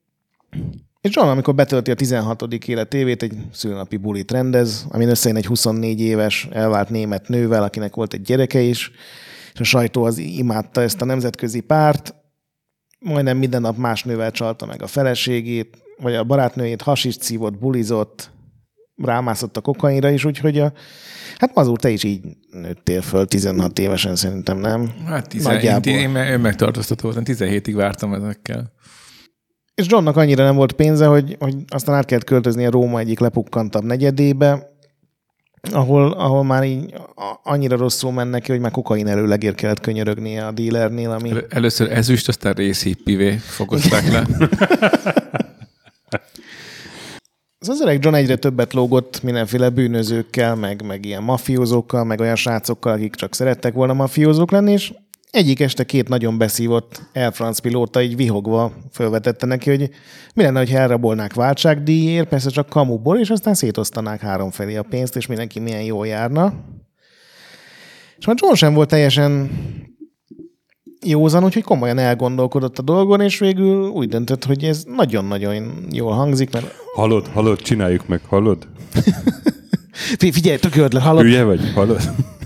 És John, amikor betölti a tizenhatodik életévét, egy szülinapi bulit rendez, amin összejön egy huszonnégy éves elvált német nővel, akinek volt egy gyereke is, és a sajtó az imádta ezt a nemzetközi párt. Majdnem minden nap más nővel csalta meg a feleségét, vagy a barátnőjét, hasist szívott, bulizott, rámászott a kokainra is, úgyhogy a, hát Mazur, te is így nőttél föl tizenhat évesen, szerintem, nem? Hát tizen, Nagyjából. én, én, én megtartóztató voltam, tizenhétig vártam ezekkel. És Johnnak annyira nem volt pénze, hogy, hogy aztán át kellett költözni a Róma egyik lepukkantabb negyedébe, ahol, ahol már így annyira rosszul ment neki, hogy már kokain előlegért kellett könyörögnie a dílernél, ami... El, először ezüst, aztán részhippivé fokozták le. az, az öreg John egyre többet lógott mindenféle bűnözőkkel, meg, meg ilyen mafiózókkal, meg olyan srácokkal, akik csak szerettek volna mafiózók lenni, és egyik este két nagyon beszívott Air France pilóta így vihogva felvetette neki, hogy mi lenne, ha elrabolnák váltságdíjért, persze csak kamuból, és aztán szétosztanák háromfelé a pénzt, és mindenki milyen jól járna. És már John sem volt teljesen józan, úgyhogy komolyan elgondolkodott a dolgon, és végül úgy döntött, hogy ez nagyon-nagyon jól hangzik, mert... Hallod, hallod, csináljuk meg, hallod? Figyelj, tök ötlet, hallod? Hülye vagy, hallod?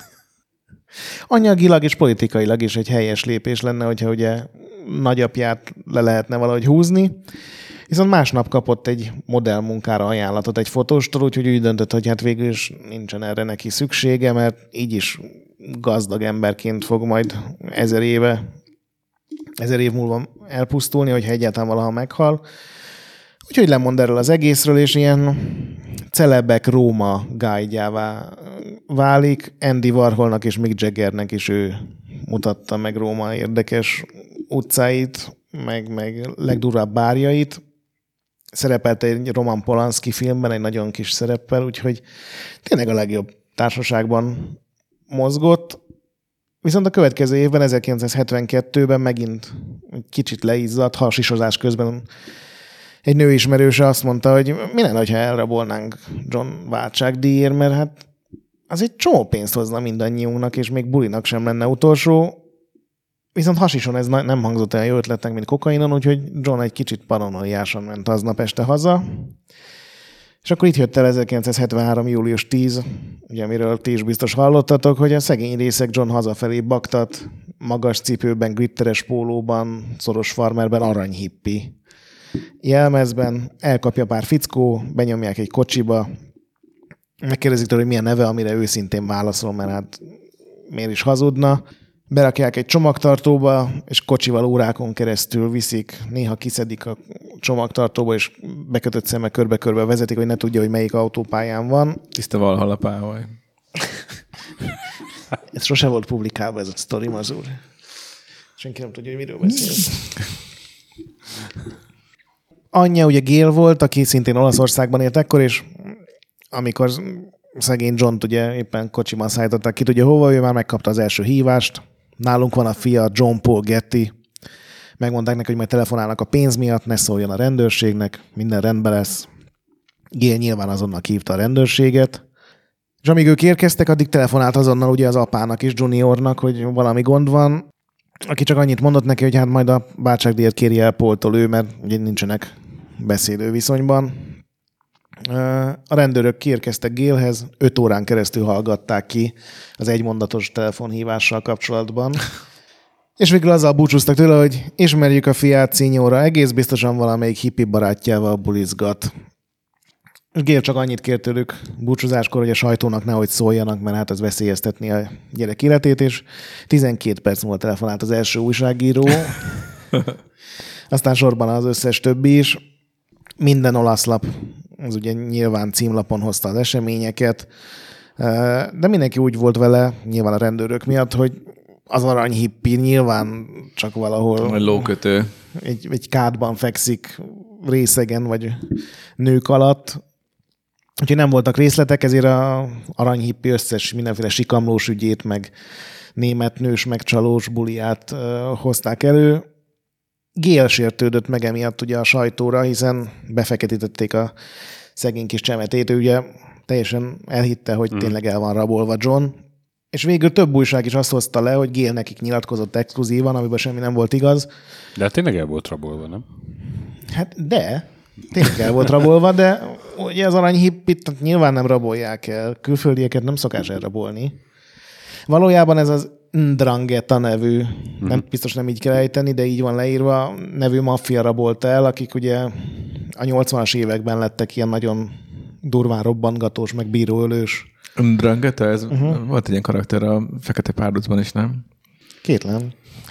Anyagilag és politikailag is egy helyes lépés lenne, hogyha ugye nagyapját le lehetne valahogy húzni. Viszont másnap kapott egy modellmunkára ajánlatot egy fotóstól, úgyhogy úgy döntött, hogy hát végül is nincsen erre neki szüksége, mert így is gazdag emberként fog majd ezer éve, ezer év múlva elpusztulni, hogyha egyáltalán valaha meghal. Úgyhogy lemond erről az egészről, és ilyen celebek Róma guide-jává válik. Andy Warholnak és Mick Jaggernek is ő mutatta meg Róma érdekes utcáit, meg, meg legdurvább bárjait. Szerepelt egy Roman Polanski filmben, egy nagyon kis szereppel, úgyhogy tényleg a legjobb társaságban mozgott. Viszont a következő évben, ezerkilencszázhetvenkettőben megint kicsit leizzadt, hasisozás közben egy nőismerőse azt mondta, hogy mi lenne, ha elrabolnánk John váltságdíjért, mert hát az egy csomó pénzt hozna mindannyiunknak, és még bulinak sem lenne utolsó. Viszont hasison ez nem hangzott el jó ötletnek, mint kokainon, úgyhogy John egy kicsit paranoiásan ment aznap este haza. És akkor itt jött el ezerkilencszázhetvenhárom. július tízedike, ugye amiről ti is biztos hallottatok, hogy a szegény részek John hazafelé baktat, magas cipőben, glitteres pólóban, szoros farmerben, aranyhippi jelmezben, elkapja pár fickó, benyomják egy kocsiba, megkérdezik tőle, hogy milyen neve, amire őszintén válaszol, mert hát miért is hazudna. Berakják egy csomagtartóba, és kocsival órákon keresztül viszik, néha kiszedik a csomagtartóba, és bekötött szemmel körbe-körbe vezetik, hogy ne tudja, hogy melyik autópályán van. Tiszta Valhalla páholy. Ez sose volt publikálva, ez a sztori, Mazur. Senki nem tudja, hogy miről beszél. Anyja ugye Gail volt, aki szintén Olaszországban élt ekkor, és amikor szegény John-t ugye éppen kocsiban szállították ki, tudja hova, ő már megkapta az első hívást. Nálunk van a fia, John Paul Getty. Megmondták neki, hogy majd telefonálnak a pénz miatt, ne szóljon a rendőrségnek, minden rendben lesz. Gail nyilván azonnal hívta a rendőrséget. És amíg ők érkeztek, addig telefonált azonnal ugye az apának is, Juniornak, hogy valami gond van. Aki csak annyit mondott neki, hogy hát majd a váltságdíjat kéri el Paultól ő, mert ugye nincsenek beszélő viszonyban. A rendőrök kiérkeztek Gailhez, öt órán keresztül hallgatták ki az egymondatos telefonhívással kapcsolatban. És végül azzal búcsúztak tőle, hogy ismerjük a fiát, Signora, egész biztosan valamelyik hippi barátjával bulizgat. És Gail csak annyit kért tőlük búcsúzáskor, hogy a sajtónak nehogy szóljanak, mert hát ez veszélyeztetni a gyerek életét, és tizenkét perc múlva telefonált az első újságíró. Aztán sorban az összes többi is. Minden olasz lap, az ugye nyilván címlapon hozta az eseményeket, de mindenki úgy volt vele, nyilván a rendőrök miatt, hogy az aranyhippi nyilván csak valahol egy lókötő. Egy, egy kádban fekszik részegen, vagy nők alatt. Úgyhogy nem voltak részletek, ezért az aranyhippi összes mindenféle sikamlós ügyét, meg német nős megcsalós buliát uh, hozták elő. Gail sértődött meg emiatt ugye a sajtóra, hiszen befeketítették a szegény kis csemetét. Ő ugye teljesen elhitte, hogy hmm. tényleg el van rabolva John. És végül több újság is azt hozta le, hogy Gail nekik nyilatkozott exkluzívan, amiben semmi nem volt igaz. De hát tényleg el volt rabolva, nem? Hát de, tényleg el volt rabolva, de ugye az aranyhippit nyilván nem rabolják el. Külföldieket nem szokás elrabolni. Valójában ez az Ndrangheta nevű, uh-huh. nem biztos nem így kell ejteni, de így van leírva, nevű maffia rabolta el, akik ugye a nyolcvanas években lettek ilyen nagyon durván robbangatós, meg bíróölős. Ndrangheta, ez uh-huh. volt egy ilyen karakter a Fekete Párducban is, nem? Kétlem.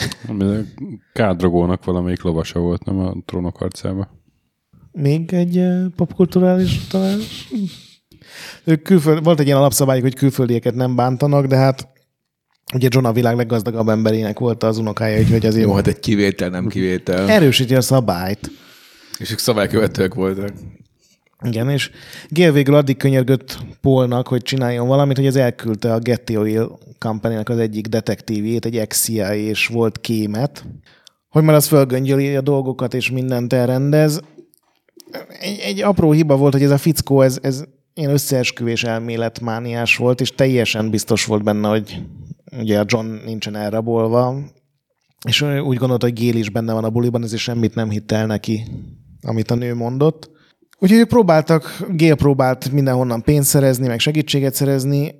Kádrogónak valamelyik lovasa volt, nem a Trónok harcában. Még egy popkulturális talán. Ők külföld, volt egy ilyen alapszabályuk, hogy külföldieket nem bántanak, de hát ugye John a világ leggazdagabb emberének volt az unokája, úgyhogy azért... Jó, hát egy kivétel, nem kivétel. Erősíti a szabályt. És ők szabálykövetőek voltak. Igen, és Gale végül addig könyörgött Paulnak, hogy csináljon valamit, hogy az elküldte a Getty Oil Company-nak az egyik detektívjét, egy ex-C I A-s volt kémet, hogy már az fölgöngyöli a dolgokat, és mindent elrendez. Egy, egy apró hiba volt, hogy ez a fickó, ez, ez ilyen összeesküvés elméletmániás volt, és teljesen biztos volt benne, hogy ugye a John nincsen elrabolva, és úgy gondolta, hogy Gale is benne van a buliban, ezért semmit nem hitt el neki, amit a nő mondott. Úgyhogy ők próbáltak, Gale próbált mindenhonnan pénzt szerezni, meg segítséget szerezni.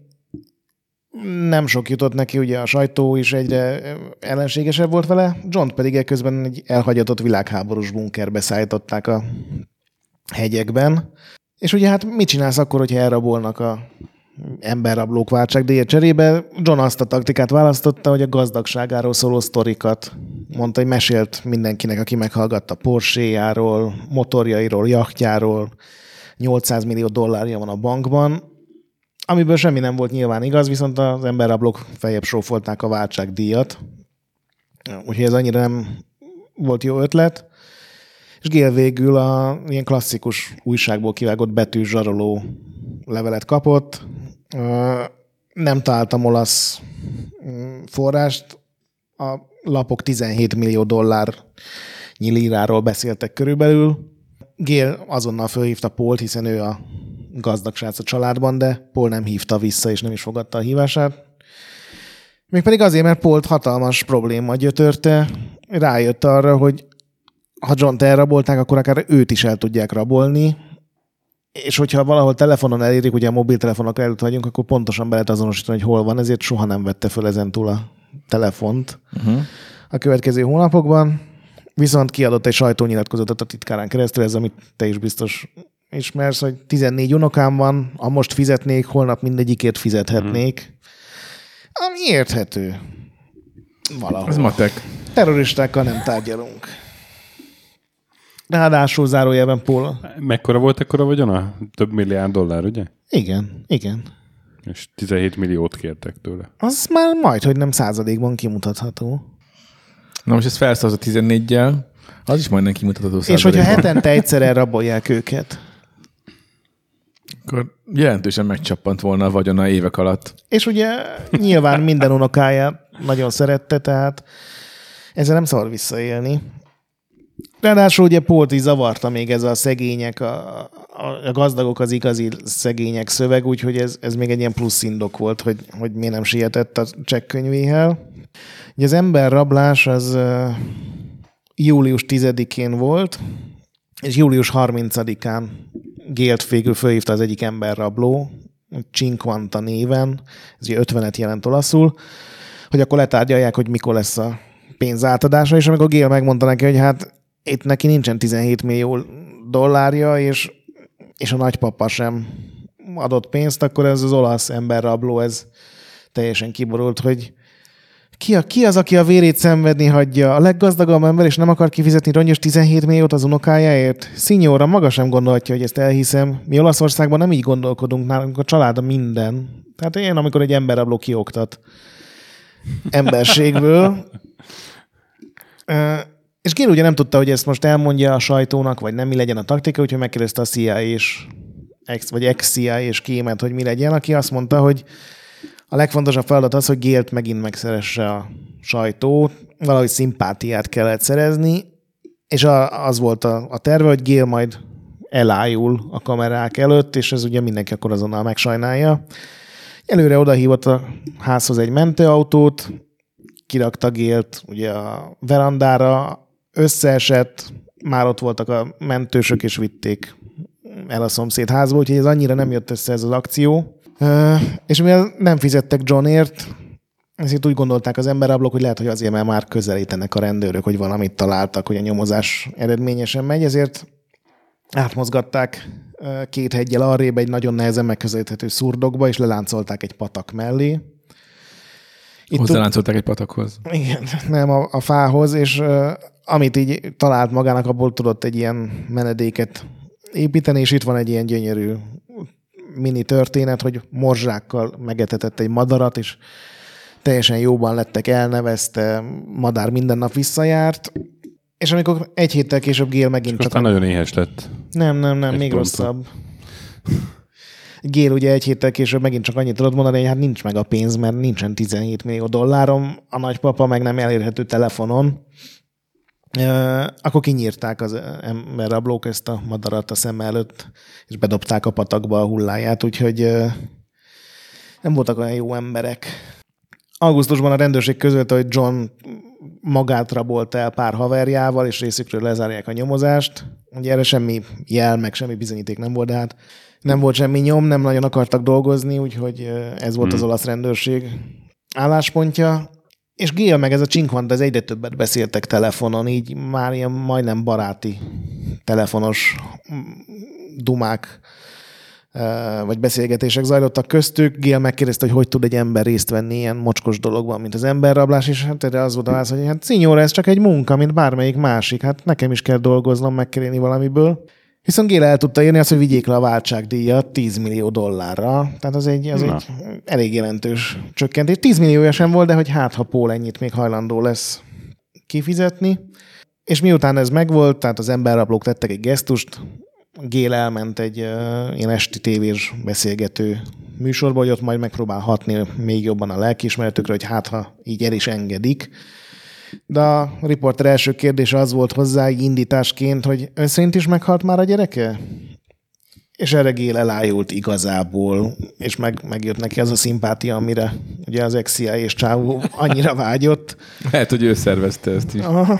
Nem sok jutott neki, ugye a sajtó is egyre ellenségesebb volt vele, John pedig ekközben egy elhagyatott világháborús bunkerbe szállították a hegyekben. És ugye hát mit csinálsz akkor, hogyha elrabolnak a emberrablók váltságdíjat cserébe? John azt a taktikát választotta, hogy a gazdagságáról szóló sztorikat mondta, hogy mesélt mindenkinek, aki meghallgatta Porsche-járól, motorjairól, jachtjáról, nyolcszáz millió dollárja van a bankban, amiből semmi nem volt nyilván igaz, viszont az emberrablók feljebb sófolták a váltságdíjat. Úgyhogy ez annyira nem volt jó ötlet. És Gale végül a ilyen klasszikus újságból kivágott betűs zsaroló levelet kapott. Nem találtam olasz forrást. A lapok tizenhét millió dollárnyi líráról beszéltek körülbelül. Gale azonnal fölhívta Pault, hiszen ő a gazdag srác a családban, de Paul nem hívta vissza, és nem is fogadta a hívását. Mégpedig azért, mert Pault hatalmas probléma gyötörte. Rájött arra, hogy ha John-t elrabolták, akkor akár őt is el tudják rabolni, és hogyha valahol telefonon elérik, ugye a mobiltelefonok előtt vagyunk, akkor pontosan be lehet azonosítani, hogy hol van, ezért soha nem vette föl ezentúl a telefont uh-huh. a következő hónapokban. Viszont kiadott egy sajtónyilatkozatot a titkárán keresztül, ez amit te is biztos ismersz, hogy tizennégy unokám van, ha most fizetnék, holnap mindegyikért fizethetnék. Uh-huh. Ami érthető. Valahol. Ez matek. Terroristákkal nem tárgyalunk. Ráadásul zárójelben Paul. Mekkora volt ekkora vagyona? Több milliárd dollár, ugye? Igen, igen. És tizenhét milliót kértek tőle. Az már majd, hogy nem századékban kimutatható. Na most ezt felszavaz a tizennégyel, az is majdnem kimutatható százalékban. És hogyha hetente egyszer elrabolják őket. Akkor jelentősen megcsappant volna a vagyona évek alatt. És ugye nyilván minden unokáját nagyon szerette, tehát ezzel nem szabad visszaélni. Ráadásul ugye Pault is zavarta még ez a szegények, a, a, a gazdagok az igazi szegények szöveg, úgyhogy ez, ez még egy ilyen plusz indok volt, hogy, hogy miért nem sietett a csekkönyvéhez. Ugye az emberrablás az uh, július tizedikén volt, és július harmincadikán Gale-t végül fölhívta az egyik emberrabló, Cinquanta néven, ez ugye ötvenet jelent olaszul, hogy akkor letárgyalják, hogy mikor lesz a pénz átadása, és amikor Gale megmondta neki, hogy hát itt neki nincsen tizenhét millió dollárja, és, és a nagypapa sem adott pénzt, akkor ez az olasz emberrabló, ez teljesen kiborult, hogy ki, a, ki az, aki a vérét szenvedni hagyja? A leggazdagabb ember, és nem akar kifizetni rongyos tizenhét milliót az unokájáért? Szinyóra, maga sem gondolhatja, hogy ezt elhiszem. Mi Olaszországban nem így gondolkodunk, nálunk a család a minden. Tehát én, amikor egy emberrabló kioktat emberségből. És Gale ugye nem tudta, hogy ezt most elmondja a sajtónak, vagy nem, mi legyen a taktika, úgyhogy megkérdezte a C I A-s, ex, vagy ex-C I A-s kémet, hogy mi legyen, aki azt mondta, hogy a legfontosabb feladat az, hogy Gale-t megint megszeresse a sajtó, valahogy szimpátiát kellett szerezni, és a, az volt a, a terve, hogy Gale majd elájul a kamerák előtt, és ez ugye mindenki akkor azonnal megsajnálja. Előre odahívott a házhoz egy mentőautót, kirakta Gale-t ugye a verandára, összeesett, már ott voltak a mentősök, és vitték el a szomszéd házba, úgyhogy ez annyira nem jött össze ez az akció. Uh, és mivel nem fizettek Johnért, ezért úgy gondolták az emberrablók, hogy lehet, hogy azért, mert már közelítenek a rendőrök, hogy valamit találtak, hogy a nyomozás eredményesen megy, ezért átmozgatták uh, két heggyel arrébb egy nagyon nehezen megközelíthető szurdokba, és leláncolták egy patak mellé. Hozzáláncolták egy patakhoz. Igen, nem a, a fához, és uh, amit így talált magának, abból tudott egy ilyen menedéket építeni, és itt van egy ilyen gyönyörű mini történet, hogy morzsákkal megetetett egy madarat, és teljesen jóban lettek, elnevezte, madár minden nap visszajárt, És amikor egy héttel később Gale megint csak... Aztán nagyon éhes lett. Nem, nem, nem, egy még pontra. rosszabb. Gale ugye egy héttel később megint csak annyit tudod mondani, hogy hát nincs meg a pénz, mert nincsen tizenhét millió dollárom, a nagypapa meg nem elérhető telefonon. Uh, akkor kinyírták az emberrablók ezt a madarat a szem előtt, és bedobták a patakba a hulláját, úgyhogy uh, nem voltak olyan jó emberek. Augusztusban a rendőrség közölte, hogy John magát rabolt el pár haverjával, és részükről lezárják a nyomozást. Ugye erre semmi jel, meg semmi bizonyíték nem volt, de hát nem volt semmi nyom, nem nagyon akartak dolgozni, úgyhogy ez volt hmm. az olasz rendőrség álláspontja. És Gale meg ez a Cinquanta, ez egyre többet beszéltek telefonon, így már ilyen majdnem baráti telefonos dumák vagy beszélgetések zajlottak köztük. Gale megkérdezte, hogy hogy tud egy ember részt venni ilyen mocskos dologban, mint az emberrablás, és hát erre az volt a válasz, hogy hát szinyóra, ez csak egy munka, mint bármelyik másik. Hát nekem is kell dolgoznom, meg kell élni valamiből. Viszont Gale el tudta írni azt, hogy vigyék le a váltságdíjat tíz millió dollárra. Tehát az egy, az egy elég jelentős csökkentés. tíz milliója sem volt, de hogy hát, ha Paul ennyit még hajlandó lesz kifizetni. És miután ez megvolt, tehát az emberrablók tettek egy gesztust, Gale elment egy uh, ilyen esti tévés beszélgető műsorba, hogy ott majd megpróbál hatni még jobban a lelkiismeretükre, hogy hát, ha így el is engedik. De a riporter első kérdése az volt hozzá indításként, hogy ön szerint is meghalt már a gyereke? És erre Gale elájult igazából, és meg, megjött neki az a szimpátia, amire ugye az ex-C I A és csávó annyira vágyott. Lehet, hogy ő szervezte ezt is. Aha.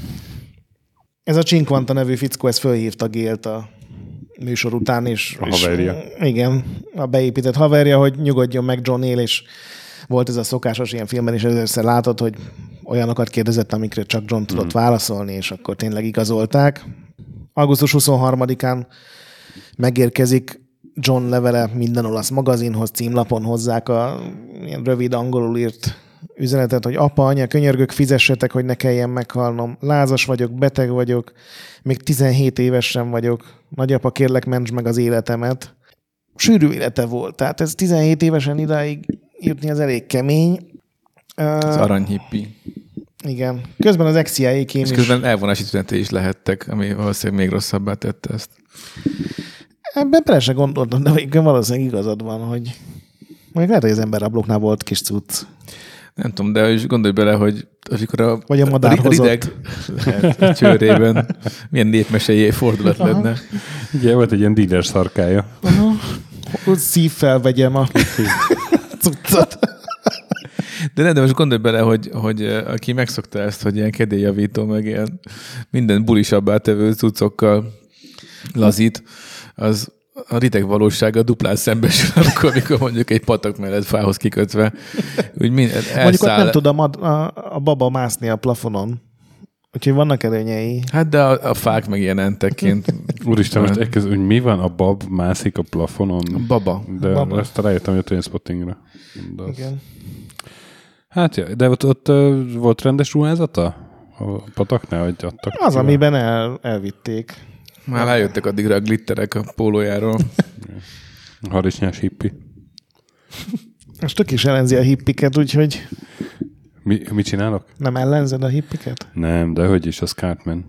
Ez a Cinquanta nevű fickó, ez fölhívta Gale-t a műsor után, és... A haverja. És, igen, a beépített haverja, hogy nyugodjon meg John él, és volt ez a szokásos ilyen filmben is, először látod, hogy olyanokat kérdezett, amikre csak John tudott mm. válaszolni, és akkor tényleg igazolták. augusztus huszonharmadikán megérkezik John levele minden olasz magazinhoz, címlapon hozzák a ilyen rövid angolul írt üzenetet, hogy apa, anya, könyörgök, fizessetek, hogy ne kelljen meghalnom. Lázas vagyok, beteg vagyok, még tizenhét éves sem vagyok. Nagyapa, kérlek, mentsd meg az életemet. Sűrű élete volt, tehát ez tizenhét évesen idáig jutni az elég kemény. Az aranyhippi. Igen. Közben az ex-C I A kém is. És közben elvonási tünetei is lehettek, ami valószínűleg még rosszabbá tette ezt. Ebben bele se gondoltam, de valószínűleg igazad van, hogy mondjuk lehet, hogy az emberrablóknál volt kis cucc. Nem tudom, de is gondolj bele, hogy amikor a, vagy a, madár a rideg a csőrében milyen népmesei fordulat lenne. Igen, volt egy ilyen díler szarkája. Szív fel vegyem a cuccot. De nem, de most gondolj bele, hogy, hogy aki megszokta ezt, hogy ilyen kedélyjavító, meg ilyen minden bulisabbá tevő cuccokkal lazít, az a rideg valósága duplán szembesül, amikor, amikor mondjuk egy patak mellett fához kikötve. Úgy mind, elszáll... Mondjuk ott nem tud a, mad, a, a baba mászni a plafonon. Úgyhogy vannak előnyei. Hát de a, a fák meg ilyen entekként. Úristen, most elkezdő, hogy mi van, a bab mászik a plafonon? A baba. De baba. Ezt rájöttem, hogy a Trainspottingra. Igen. Hát, ja, de ott, ott uh, volt rendes ruházata? A pataknál, hogy adtak? Az, ki amiben el, elvitték. Már rájöttek addigra a glitterek a pólójáról. Harisnyás hippi. Most tök is ellenzi a hippiket, úgyhogy... Mi, mit csinálok? Nem ellenzed a hippiket? Nem, de hogy is, az Cartman.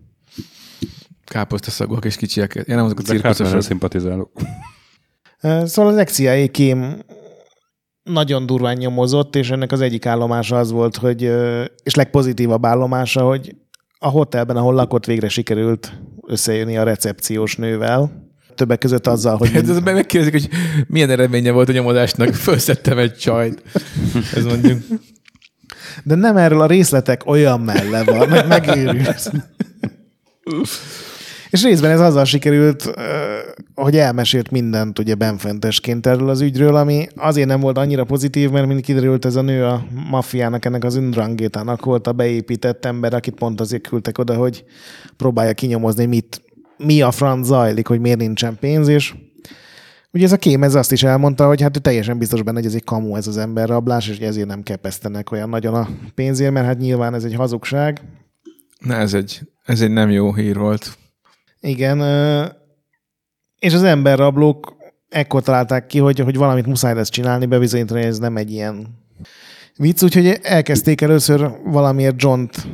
Káposztaszagúak és kicsiek. Én nem azok a cirkuszosok. Cartmanra szimpatizálok. Szóval az ex-C I A kém nagyon durván nyomozott, és ennek az egyik állomása az volt, hogy, és legpozitívabb állomása, hogy a hotelben, ahol lakott, végre sikerült összejönni a recepciós nővel. Többek között azzal, hogy... Hát mind... megkérdezik, hogy milyen eredménye volt a nyomozásnak. Fölszedtem egy csajt. Ez mondjuk... De nem erről a részletek olyan melle van, meg megőrülsz. És részben ez azzal sikerült, hogy elmesélt mindent ugye benfentesként erről az ügyről, ami azért nem volt annyira pozitív, mert mint kiderült, ez a nő a maffiának, ennek az Ndranghétának volt a beépített ember, akit pont azért küldtek oda, hogy próbálja kinyomozni, mit, mi a franc zajlik, hogy miért nincsen pénz, és ugye ez a kém ez azt is elmondta, hogy hát ő teljesen biztos benne, hogy ez egy kamu, ez az emberrablás, és ezért nem kepesztenek olyan nagyon a pénzért, mert hát nyilván ez egy hazugság. Na, ez egy, ez egy nem jó hír volt. Igen, és az emberrablók ekkor találták ki, hogy, hogy valamit muszáj lesz csinálni, bebizonyítani, hogy ez nem egy ilyen vicc, úgyhogy elkezdték először valamiért Johnt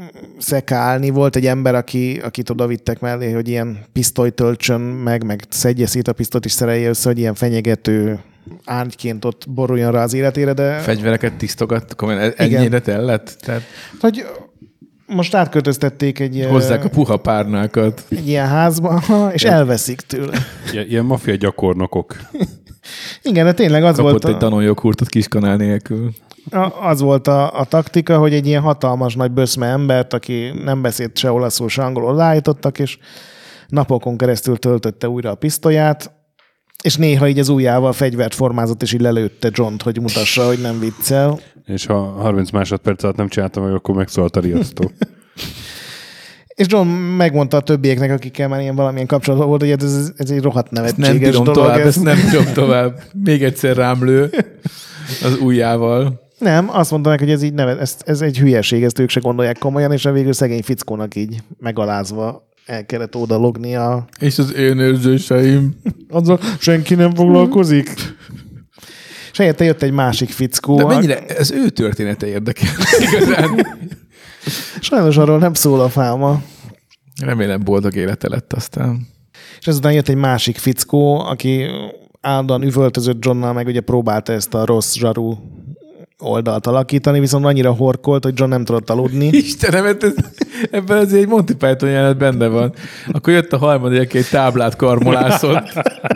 szekálni. Volt egy ember, aki, akit oda vittek mellé, hogy ilyen pisztolyt töltsön meg, meg szedje szét a pisztolyt, és szerelje össze, hogy ilyen fenyegető árnyként ott boruljon rá az életére, de... Fegyvereket tisztogat, komolyan ennyire tellett? Tehát... Hogy most átköltöztették egy... Hozzák a puha párnákat. Egy ilyen házba, és ilyen, elveszik tőle. Ilyen, ilyen maffia gyakornokok. Igen, de tényleg az Kapott volt... Kapott egy Danone joghurtot kiskanál nélkül. A, az volt a, a taktika, hogy egy ilyen hatalmas nagy böszme embert, aki nem beszélt se olaszul, se angolul, leállítottak, és napokon keresztül töltötte újra a pisztolyát, és néha így az ujjával fegyvert formázott, és így lelőtte Johnt, hogy mutassa, hogy nem viccel. És ha harminc másodperc alatt nem csinálta meg, akkor megszólalt a riasztó. És John megmondta a többieknek, akikkel már ilyen valamilyen kapcsolatban volt, hogy ez, ez egy rohadt nevetséges dolog. Tovább, ez. Ezt nem bírom tovább. Még egyszer rám lő az ujjával. Nem, azt mondta meg, hogy ez így neve, ez, ez egy hülyeség, ezt ők se gondolják komolyan, és a végül szegény fickónak így megalázva el kellett odalognia. És az én érzéseim. Azzal senki nem foglalkozik. És helyette jött egy másik fickó. De mennyire, ez ő története érdekel igazán. Sajnos arról nem szól a fáma. Remélem boldog élete lett aztán. És ezután jött egy másik fickó, aki állandóan üvöltözött Johnnal, meg ugye próbálta ezt a rossz zsarú oldalt alakítani, viszont annyira horkolt, hogy John nem tudott aludni. Istenem, ez, ebben azért egy Monty Python jelenet benne van. Akkor jött a harmadik, aki egy táblát karmolászott.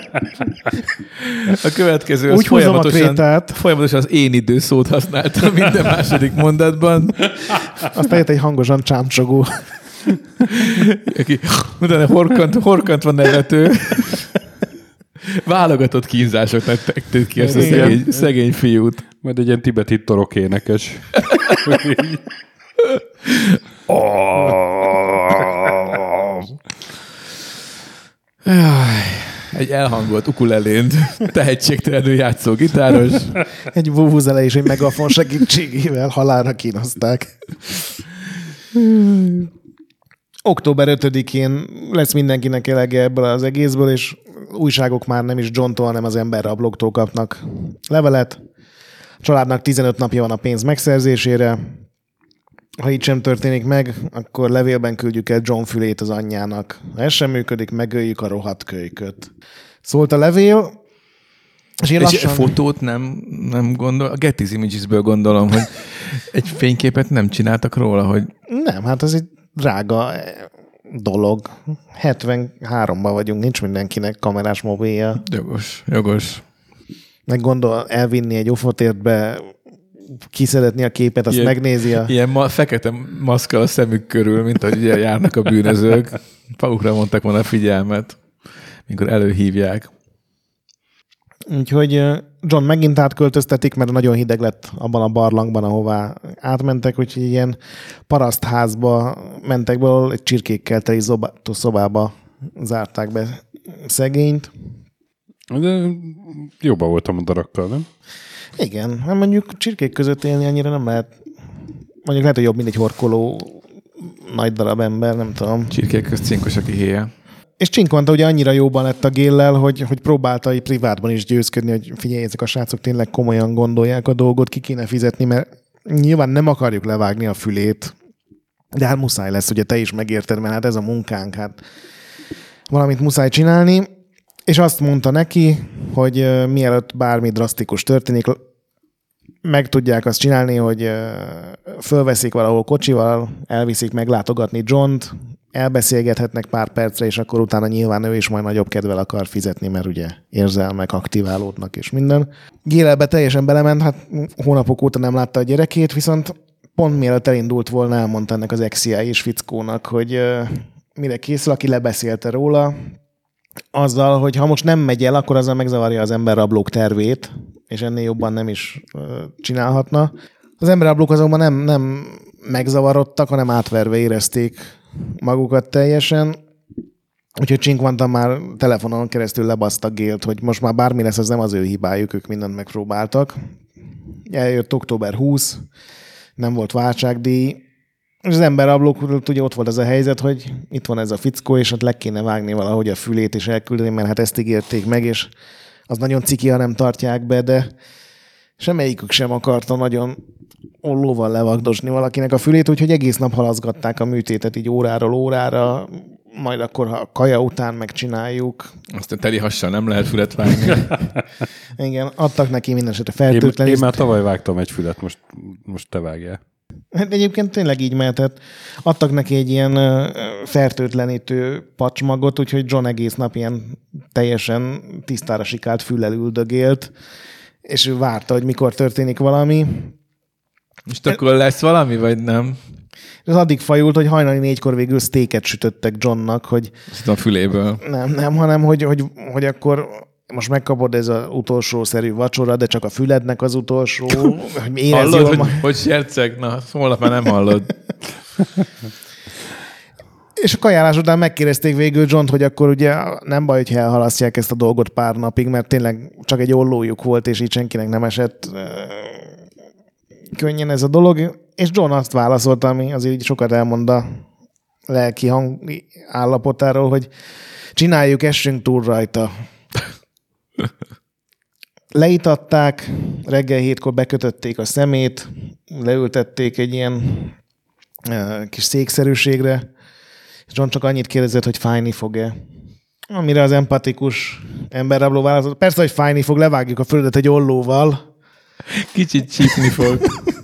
A következő az folyamatosan, folyamatosan az én idő szót használta minden második mondatban. Aztán jött egy hangosan csámcsogó. Aki utána horkant, horkant van nevető. Válogatott kínzásoknak tették ki ezt a szegény, szegény fiút. Majd egy ilyen tibeti torok énekes. Egy elhangolt ukulelént, tehetségtelenül játszó gitáros. Egy vuvuzela és egy megafon segítségével halálra kínozták. október ötödikén lesz mindenkinek elege ebből az egészből, és újságok már nem is Johntól, hanem az emberrablóktól kapnak levelet. A családnak tizenöt napja van a pénz megszerzésére. Ha így sem történik meg, akkor levélben küldjük el John fülét az anyjának. Ha ez sem működik, megöljük a rohadt kölyköt. Szólt a levél, és én és lassan... fotót nem, nem gondol, a Getty Images-ből gondolom, hogy egy fényképet nem csináltak róla, hogy... Nem, hát ez egy drága dolog. hetvenháromban vagyunk, nincs mindenkinek kamerás mobilja. Jogos, jogos. Meg gondol elvinni egy ofotértbe, kiszedetni a képet, azt ilyen, megnézi a... Ilyen ma, fekete maszkkal a szemük körül, mint ahogy ugye járnak a bűnözők. Magukra mondtak volna a figyelmet, mikor előhívják. Úgyhogy John megint átköltöztetik, mert nagyon hideg lett abban a barlangban, ahová átmentek, úgyhogy ilyen parasztházba mentek be, ahol egy csirkékkel teli szobába zárták be szegényt. De jobban volt a madarakkal, nem? Igen, hát mondjuk csirkék között élni annyira nem lehet, mondjuk lehet, hogy jobb, mint egy horkoló nagy darab ember, nem tudom. Csirkék közt cinkos, aki héja. És Csinkonta ugye annyira jóban lett a Géllel, hogy, hogy próbálta így privátban is győzködni, hogy figyelj, ezek a srácok tényleg komolyan gondolják a dolgot, ki kéne fizetni, mert nyilván nem akarjuk levágni a fülét, de hát muszáj lesz, ugye te is megérted, mert hát ez a munkánk, hát valamit muszáj csinálni. És azt mondta neki, hogy uh, mielőtt bármi drasztikus történik, meg tudják azt csinálni, hogy uh, fölveszik valahol kocsival, elviszik meglátogatni Johnt, elbeszélgethetnek pár percre, és akkor utána nyilván ő is majd nagyobb kedvel akar fizetni, mert ugye érzelmek aktiválódnak és minden. Gélelbe teljesen belement, hát hónapok óta nem látta a gyerekét, viszont pont mielőtt elindult volna, elmondta ennek az ex-C I A-s fickónak, hogy uh, mire készül, aki lebeszélte róla, azzal, hogy ha most nem megy el, akkor azzal megzavarja az emberrablók tervét, és ennél jobban nem is uh, csinálhatna. Az emberrablók azonban nem, nem megzavarodtak, hanem átverve érezték magukat teljesen. Úgyhogy Csinkvanta már telefonon keresztül lebaszta Gélt, hogy most már bármi lesz, az nem az ő hibájuk, ők mindent megpróbáltak. Eljött október huszadika, nem volt váltságdíj, és az emberrablók, ugye ott volt ez a helyzet, hogy itt van ez a fickó, és ott le kéne vágni valahogy a fülét, és elküldeni, mert hát ezt ígérték meg, és az nagyon ciki, ha nem tartják be, de Semmelyikük sem akarta nagyon ollóval levagdosni valakinek a fülét, úgyhogy egész nap halaszgatták a műtétet így óráról órára, majd akkor, ha a kaja után megcsináljuk. Aztán teli hassal nem lehet fület vágni. Igen, adtak neki minden esetre Én, fertőtlenítőt. én már tavaly vágtam egy fület, most, most te vágjál. Hát egyébként tényleg így mehetett. Adtak neki egy ilyen ö, fertőtlenítő pacsmagot, úgyhogy John egész nap ilyen teljesen tisztára sikált füllel üldögélt, és ő várta, hogy mikor történik valami. Most akkor lesz valami, vagy nem? Ez addig fajult, hogy hajnali négykor végül sztéket sütöttek Johnnak, hogy Azt a füléből. nem, nem, hanem hogy, hogy, hogy akkor most megkapod ez az utolsó szerű vacsora, de csak a fülednek az utolsó. Hogy érezd Hallod, jól hogy, majd. hogy serceg? Na, holnap már nem hallod. És a kajálás után megkérdezték végül Johnt, hogy akkor ugye nem baj, hogy elhalasztják ezt a dolgot pár napig, mert tényleg csak egy ollójuk volt, és így senkinek nem esett uh, könnyen ez a dolog. És John azt válaszolta, ami azért így sokat elmond a lelki hang állapotáról, hogy csináljuk, essünk túl rajta. Leitatták, reggel hétkor bekötötték a szemét, leültették egy ilyen uh, kis székszerűségre, és John csak annyit kérdezett, hogy fájni fog-e. Amire az empatikus emberrabló válaszolt, persze, hogy fájni fog, levágjuk a földet egy ollóval. Kicsit csípni fog.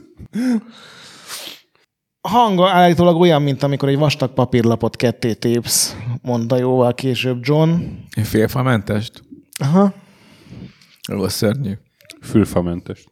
A hanga állítólag olyan, mint amikor egy vastag papírlapot ketté tépsz, mondta jóval később John. Félfamentest? Aha. Rossz szörnyű. Fülfamentes.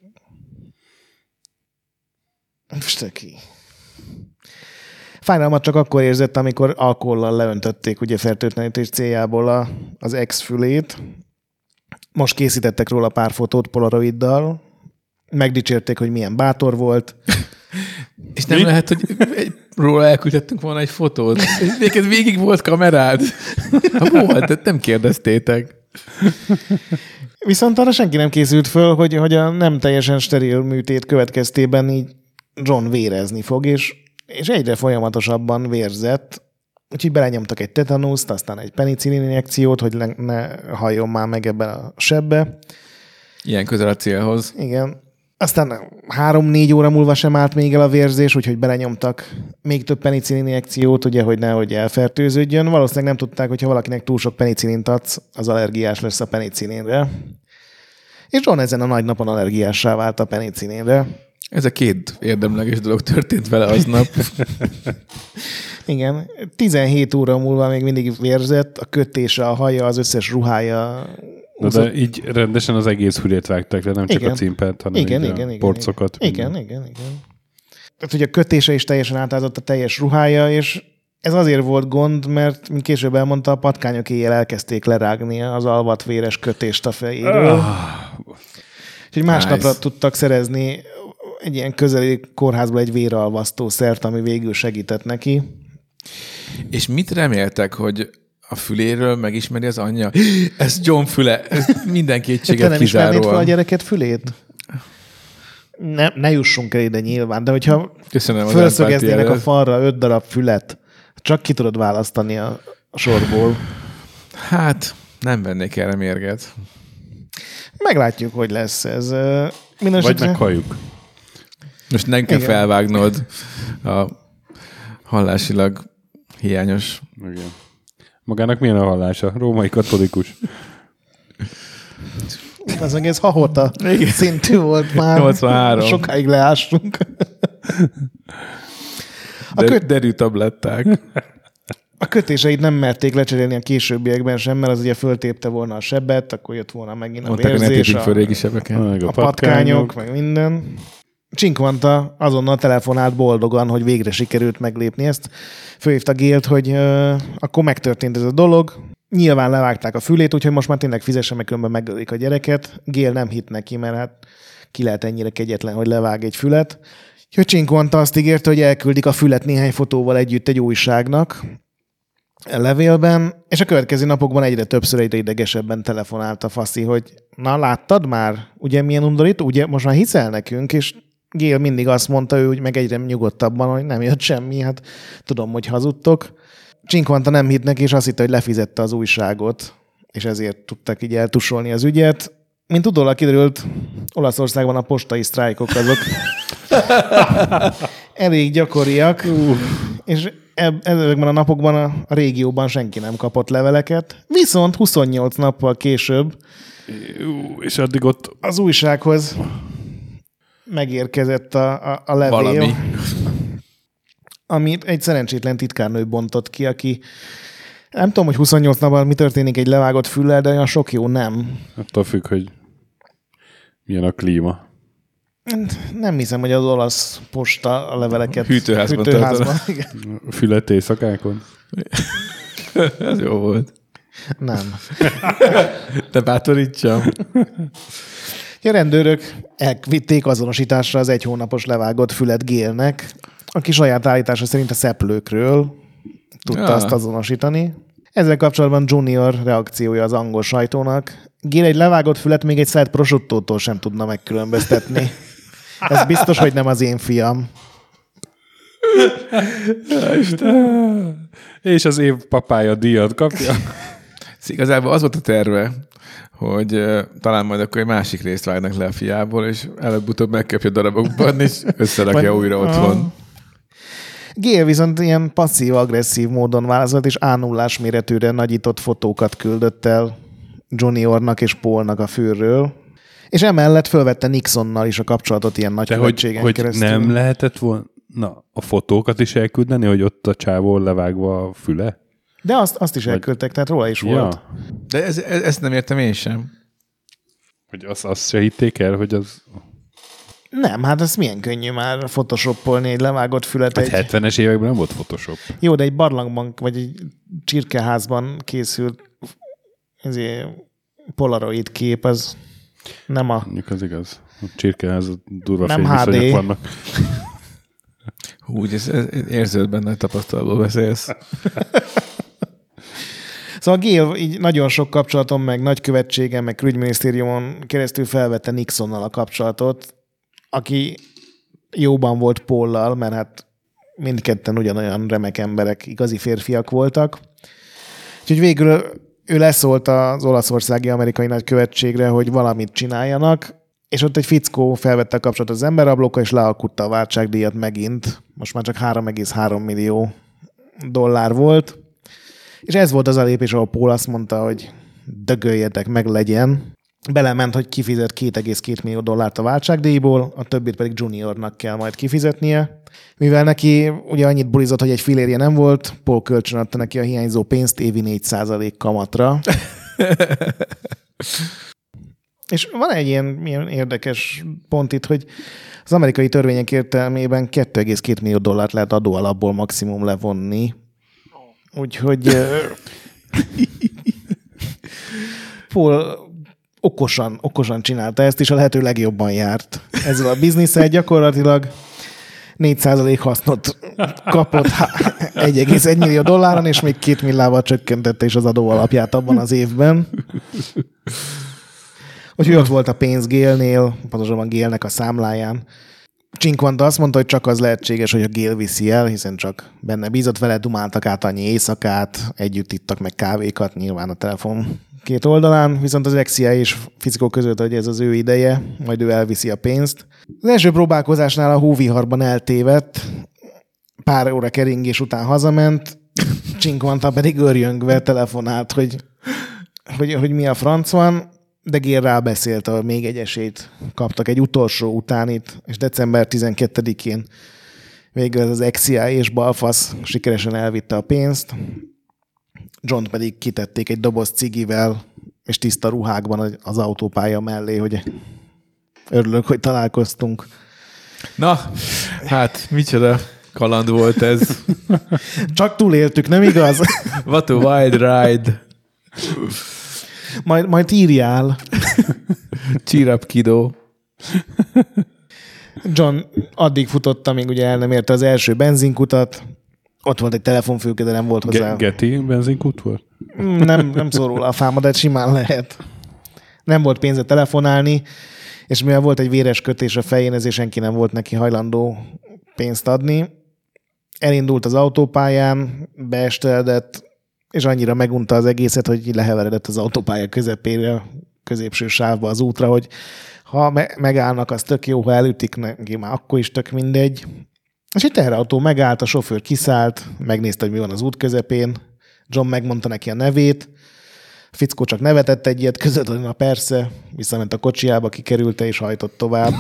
Most ki. Fájdalmat csak akkor érzett, amikor alkohollal leöntötték ugye fertőtlenítés céljából a, az ex-fülét. Most készítettek róla pár fotót polaroiddal, megdicsérték, hogy milyen bátor volt. És nem Mi? lehet, hogy egy, róla elküldtettünk volna egy fotót. Neked végig volt kamerád? Ha volt, de nem kérdeztétek. Viszont arra senki nem készült föl, hogy, hogy a nem teljesen steril műtét következtében így John vérezni fog, és, és egyre folyamatosabban vérzett. Úgyhogy belenyomtak egy tetanuszt, aztán egy penicillin injekciót, hogy ne, ne halljon már meg ebben a sebbe. Ilyen közel a célhoz. Igen. Aztán három-négy óra múlva sem állt még el a vérzés, úgyhogy belenyomtak még több penicillin injekciót, ugye, hogy nehogy elfertőződjön. Valószínűleg nem tudták, hogy ha valakinek túl sok penicillint adsz, az allergiás lesz a penicillinre. És John ezen a nagy napon allergiássá vált a penicillinre. Ez a két érdemleges dolog történt vele aznap. Igen. tizenhét óra múlva még mindig vérzett, a kötése, a haja, az összes ruhája. Na de így rendesen az egész fülét vágták le, nem csak igen. a cimpet, hanem igen, igen, igen, a igen, porcokat. Igen, igen, igen, igen. Tehát ugye a kötése is teljesen átázott a teljes ruhája, és ez azért volt gond, mert, mint később elmondta, a patkányok éjjel elkezdték lerágni az alvat véres kötést a fejéről. Oh. Úgyhogy másnapra nice. tudtak szerezni egy ilyen közeli kórházból egy véralvasztó szert, ami végül segített neki. És mit reméltek, hogy a füléről megismeri az anyja? Ez John füle, ez minden kétséget nem kizáróan. ismernéd fel a gyereket fülét? Ne, ne jussunk el ide nyilván, de hogyha felszögeznének a falra öt darab fület, csak ki tudod választani a, a sorból. Hát, nem vennék erre mérget. Meglátjuk, hogy lesz ez. Minden Vagy esetre... meghalljuk. Most nem kell Igen. felvágnod a hallásilag hiányos. Igen. Magának milyen a hallása? Római katolikus. Az egész hahota szintű volt már. nyolcvanhárom Sokáig leássunk. A köt... derűtabletták. A kötéseit nem merték lecserélni a későbbiekben sem, mert az ugye föltépte volna a sebet, akkor jött volna megint a Mondták, vérzés, a, régi sebeken. a, a patkányok, meg minden. Csinkvanta azonnal telefonált boldogan, hogy végre sikerült meglépni ezt. Fölhívta Gélt, hogy uh, akkor megtörtént ez a dolog. Nyilván levágták a fülét, úgyhogy most már tényleg fizesse meg, különben megölik a gyereket. Gél nem hitt neki, mert hát ki lehet ennyire kegyetlen, hogy levág egy fület. Úgyhogy Csinkvanta azt ígérte, hogy elküldik a fület néhány fotóval együtt egy újságnak levélben, és a következő napokban egyre többször, egyre idegesebben telefonált a faszi, hogy na láttad már? Ugye milyen undorító? Ugye most már hiszel nekünk, és Gél mindig azt mondta, ő, hogy meg egyre nyugodtabban, hogy nem jött semmi, hát tudom, hogy hazudtok. Csinkvanta nem hitt neki, és azt hitte, hogy lefizette az újságot, és ezért tudtak így eltusolni az ügyet. mint utólag kiderült, Olaszországban a postai sztrájkok azok elég gyakoriak, uh. és ezekben a napokban a, a régióban senki nem kapott leveleket, viszont huszonnyolc nappal később uh, és addig ott az újsághoz megérkezett a, a, a levél, valami, amit egy szerencsétlen titkárnő bontott ki, aki nem tudom, hogy huszonnyolc napban mi történik egy levágott füllel, de olyan sok jó nem. Attól függ, hogy milyen a klíma. Nem hiszem, hogy az olasz posta a leveleket hűtőházban. hűtőházban. Fület éjszakákon. Ez jó volt. Nem. Te bátorítsam. A rendőrök elvitték azonosításra az egy hónapos levágott fület Gélnek, aki saját állítása szerint a szeplőkről tudta ja. azt azonosítani. Ezzel kapcsolatban Junior reakciója az angol sajtónak. Gél egy levágott fület még egy szert prosciuttótól sem tudna megkülönböztetni. Ez biztos, hogy nem az én fiam. És az év papája díjat kapja. Igazából az volt a terve, hogy uh, talán majd akkor egy másik részt vágnak le a fiából, és előbb-utóbb megkapja darabokban, és összerakja újra otthon. Gél viszont ilyen passzív-agresszív módon válaszolt, és á nullás méretűre nagyított fotókat küldött el Juniornak és Paulnak a fűről, és emellett fölvette Nixonnal is a kapcsolatot ilyen nagy követségen hogy, keresztül. Hogy nem lehetett volna na, a fotókat is elküldeni, hogy ott a csávó levágva a füle? De azt, azt is elküldtek, tehát róla is ja. volt. De ez, ez, ezt nem értem én sem. Hogy azt, azt se hitték el, hogy az... Nem, hát ez milyen könnyű már photoshopolni egy levágott fület. Hát egy... hetvenes években nem volt Photoshop. Jó, de egy barlangban, vagy egy csirkeházban készült ezért polaroid kép, az nem a... Mondjuk az igaz. A csirkeház durva nem há dé. Fényviszonyok vannak. Úgy, ez, ez érződ benne, tapasztalatból beszélsz. Szóval Gél így nagyon sok kapcsolaton, meg nagykövetségen, meg külügyminisztériumon keresztül felvette Nixonnal a kapcsolatot, aki jóban volt Paullal, mert hát mindketten ugyanolyan remek emberek, igazi férfiak voltak. Úgyhogy végül ő leszólt az olaszországi amerikai nagykövetségre, hogy valamit csináljanak, és ott egy fickó felvette a kapcsolatot az emberrablókkal, és lealkutta a váltságdíjat megint. Most már csak három egész három millió dollár volt. És ez volt az a lépés, ahol Paul azt mondta, hogy dögöljetek, meg legyen. Belement, hogy kifizet két egész két millió dollárt a váltságdíjból, a többit pedig Juniornak kell majd kifizetnie. Mivel neki ugye annyit bulizott, hogy egy filérje nem volt, Paul kölcsönadta neki a hiányzó pénzt évi négy százalék kamatra. És van egy ilyen, ilyen érdekes pont itt, hogy az amerikai törvények értelmében két egész két millió dollárt lehet adóalapból maximum levonni. Úgyhogy Paul okosan, okosan csinálta ezt, és a lehető legjobban járt. Ezzel a bizniszel gyakorlatilag négy százalék hasznot kapott egy egész egy millió dolláron, és még két millával csökkentette is az adóalapját abban az évben. Úgyhogy ott volt a pénz Gélnél, pontosabban Gélnek a számláján. Csinkvanta azt mondta, hogy csak az lehetséges, hogy a Gél viszi el, hiszen csak benne bízott vele, dumáltak át annyi éjszakát, együtt ittak meg kávékat, nyilván a telefon két oldalán, viszont az ex-C I A és fickó között, hogy ez az ő ideje, majd ő elviszi a pénzt. Az első próbálkozásnál a hóviharban eltévedt, pár óra keringés után hazament, Csinkvanta pedig örjöngve telefonált, hogy, hogy, hogy mi a franc van, de Gél rábeszélt, hogy még egy esélyt kaptak egy utolsó utánit, és december tizenkettedikén végül ez az ex-C I A és balfasz sikeresen elvitte a pénzt. John pedig kitették egy doboz cigivel és tiszta ruhákban az autópálya mellé, hogy örülök, hogy találkoztunk. Na, hát micsoda kaland volt ez. Csak túléltük, nem igaz? What a wild ride. Majd, majd írjál. Cheer up, kiddo. John addig futott, amíg ugye el nem érte az első benzinkutat. Ott volt egy telefonfülke, de nem volt hozzá. Getty benzinkút volt? Nem, nem szól róla a fáma, de simán lehet. Nem volt pénze telefonálni, és mivel volt egy véres kötés a fején, ezért senki nem volt neki hajlandó pénzt adni. Elindult az autópályán, beesteledett, és annyira megunta az egészet, hogy leheveredett az autópálya közepére, középső sávba az útra, hogy ha me- megállnak, az tök jó, ha elütik neki, már akkor is tök mindegy. És egy teherautó megállt, a sofőr kiszállt, megnézte, hogy mi van az út közepén, John megmondta neki a nevét, a fickó csak nevetett egyet, között, hogy na persze, visszament a kocsiába, kikerülte és hajtott tovább.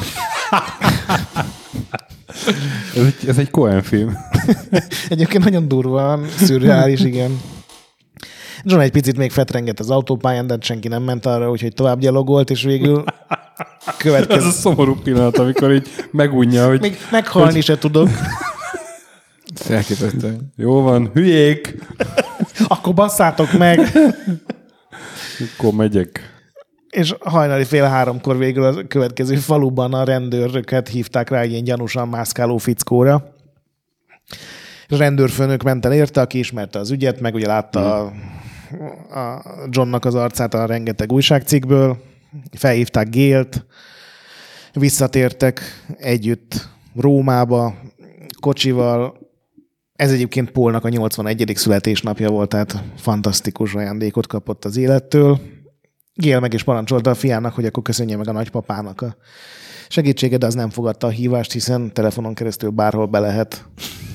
ez, egy, ez egy Coen film. Egyébként nagyon durván, szürreális, igen. John egy picit még fetrengett az autópályán, de senki nem ment arra, úgyhogy tovább gyalogolt, és végül következő... Ez a szomorú pillanat, amikor így megunja, hogy... Még meghalni hogy... se tudok. Elképesztő. Jó van, hülyék! Akkor basszátok meg! Akkor megyek. És hajnali fél háromkor végül a következő faluban a rendőröket hívták rá egy ilyen gyanúsan mászkáló fickóra. És a rendőrfőnök ment el érte, aki ismerte az ügyet, meg ugye látta a, a Johnnak az arcát a rengeteg újságcikkből. Felhívták Gélt, visszatértek együtt Rómába, kocsival. Ez egyébként Paulnak a nyolcvanegyedik születésnapja volt, tehát fantasztikus ajándékot kapott az élettől. Gél meg is parancsolta a fiának, hogy akkor köszönje meg a nagypapának a segítséget, de az nem fogadta a hívást, hiszen telefonon keresztül bárhol be lehet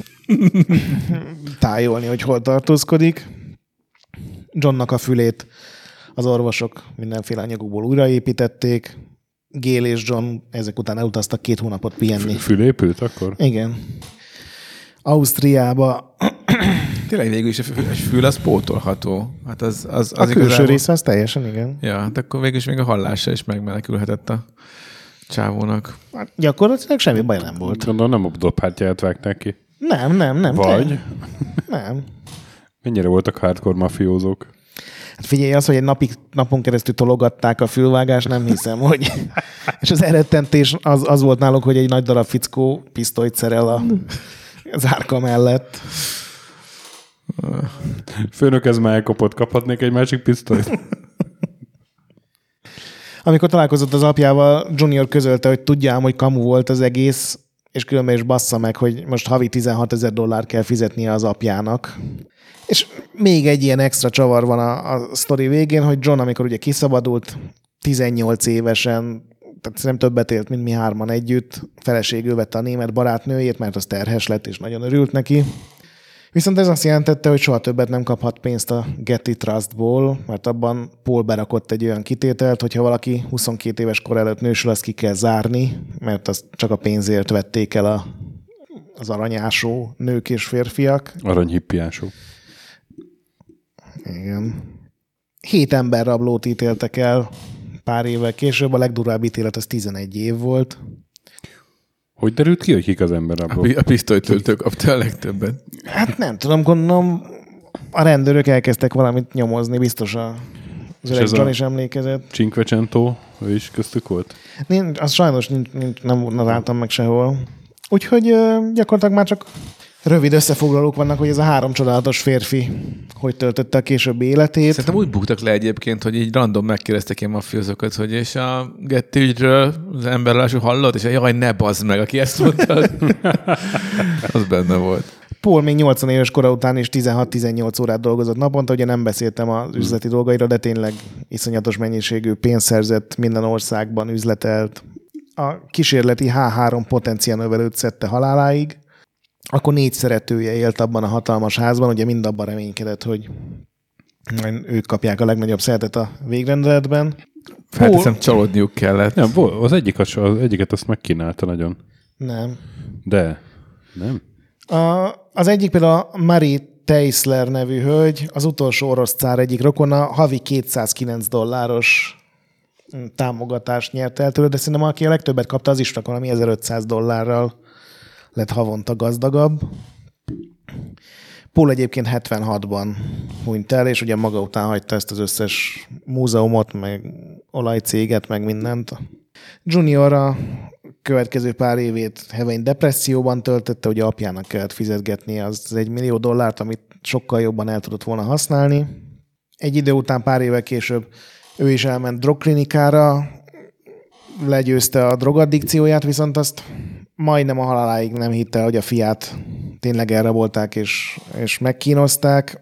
tájolni, hogy hol tartózkodik. Johnnak a fülét az orvosok mindenféle anyagokból újraépítették. Gél és John ezek után elutaztak két hónapot pihenni. Fülépült akkor? Igen. Ausztriába. Tényleg végül is a fül az pótolható. Hát az, az, az a külső igazából... része az teljesen, igen. Ja, de akkor végül is még a hallása is megmenekülhetett a csávónak. Hát gyakorlatilag semmi baj nem volt. Gondolom nem a dobhártyát vágták ki. Nem, nem, nem. Vagy? Te... Nem. Mennyire voltak hardcore mafiózók? Hát figyelj, az, hogy egy napig, napon keresztül tologatták a fülvágást, nem hiszem, hogy... És az eredtentés az, az volt náluk, hogy egy nagy darab fickó pisztolyt szerel a zárka mellett. Főnök, ez már elkapott, kaphatnék egy másik pisztolyt? Amikor találkozott az apjával, Junior közölte, hogy tudjám, hogy kamu volt az egész, és különben is bassza meg, hogy most havi tizenhatezer dollár kell fizetnie az apjának. És még egy ilyen extra csavar van a, a sztori végén, hogy John, amikor ugye kiszabadult, tizennyolc évesen, tehát nem többet élt, mint mi hárman együtt, feleségül vette a német barátnőjét, mert az terhes lett, és nagyon örült neki. Viszont ez azt jelentette, hogy soha többet nem kaphat pénzt a Getty Trustból, mert abban Paul berakott egy olyan kitételt, hogyha valaki huszonkét éves kor előtt nősül, azt ki kell zárni, mert azt csak a pénzért vették el a, az aranyásó nők és férfiak. Aranyhippiásó. Igen. Hét emberrablót ítéltek el pár évvel később, a legdurvább ítélet az tizenegy év volt. Hogy derült ki, hogy kik az emberrablók? A, a pisztolytöltő kapta a legtöbbet. Hát nem tudom, gondolom a rendőrök elkezdtek valamit nyomozni, biztos a az öreg John is emlékezett. Cinquecento, ő is köztük volt? Nincs, az sajnos nincs, nincs, nem láttam meg sehol. Úgyhogy gyakorlatilag már csak rövid összefoglalók vannak, hogy ez a három csodálatos férfi hogy töltötte a későbbi életét. Szerintem úgy buktak le egyébként, hogy így random megkérdeztek ilyen mafiózokat, hogy és a Getty ügyről az emberlású hallott, és jaj, ne bazd meg, aki ezt mondta, az benne volt. Paul még nyolcvan éves kora után is tizenhat-tizennyolc órát dolgozott naponta, ugye nem beszéltem az üzleti dolgaira, de tényleg iszonyatos mennyiségű pénzt szerzett, minden országban üzletelt. A kísérleti há három potenciálnövelőt szedte haláláig, akkor négy szeretője élt abban a hatalmas házban, ugye mind abban reménykedett, hogy ők kapják a legnagyobb szeretet a végrendeletben. Felteszem, Paul... csalódniuk kellett. Nem, az, egyik, az, az egyiket azt megkínálta nagyon. Nem. De, nem? A, az egyik például a Marie Teisler nevű hölgy, az utolsó orosz cár egyik rokona, havi kétszázkilenc dolláros támogatást nyert el tőle, de szerintem aki a legtöbbet kapta, az is csak valami ezerötszáz dollárral lett havonta gazdagabb. Paul egyébként hetvenhatban hunyt el, és ugye maga után hagyta ezt az összes múzeumot, meg olajcéget, meg mindent. Junior a következő pár évét heveny depresszióban töltötte, ugye apjának kellett fizetgetni az egy millió dollárt, amit sokkal jobban el tudott volna használni. Egy idő után, pár évvel később ő is elment drogklinikára, legyőzte a drogaddikcióját, viszont azt majdnem a haláláig nem hitte, hogy a fiát tényleg elrabolták és, és megkínozták.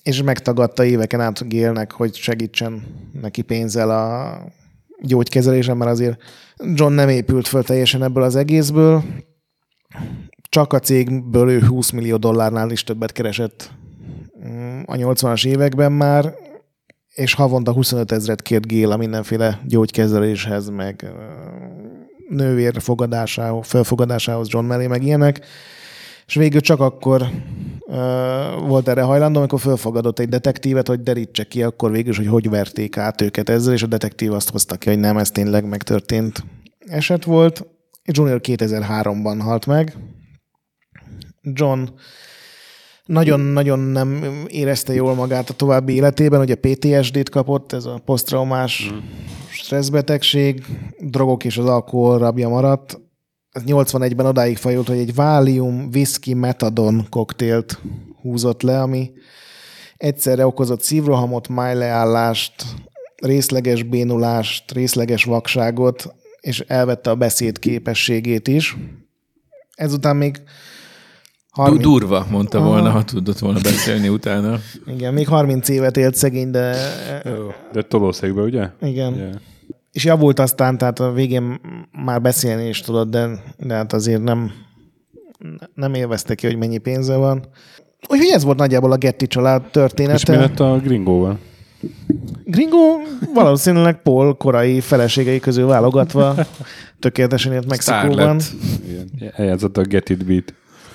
és megtagadta éveken át Gale-nek, hogy segítsen neki pénzzel a gyógykezelésen, mert azért John nem épült föl teljesen ebből az egészből. Csak a cégből ő húsz millió dollárnál is többet keresett a nyolcvanas években már, és havonta huszonöt ezret kért Gale a mindenféle gyógykezeléshez, meg nővér fogadásához, felfogadásához John mellé, meg ilyenek. És végül csak akkor uh, volt erre hajlandó, amikor felfogadott egy detektívet, hogy derítse ki akkor végül, hogy hogy verték át őket ezzel, és a detektív azt hozta ki, hogy nem, ez tényleg megtörtént eset volt. Junior kétezer-háromban halt meg. John nagyon-nagyon nem érezte jól magát a további életében, ugye pé té es dét kapott, ez a posztraumás mm. stresszbetegség, drogok és az alkohol rabja maradt. Ez nyolcvanegyben odáig fajult, hogy egy Valium, whisky, metadon koktélt húzott le, ami egyszerre okozott szívrohamot, májleállást, részleges bénulást, részleges vakságot, és elvette a beszéd képességét is. Ezután még harminc... Durva, mondta volna, ah. ha tudott volna beszélni utána. Igen, még harminc évet élt szegény, de... De tolószékben, ugye? Igen. Yeah. És javult aztán, tehát a végén már beszélni is tudott, de, de hát azért nem, nem élvezte ki, hogy mennyi pénze van. Úgyhogy ez volt nagyjából a Getty család története. És mi lett a Gringóval? Gringo valószínűleg Paul korai feleségei közül válogatva tökéletesen élt Mexikóban. Igen, eljátszott a Get It Beat.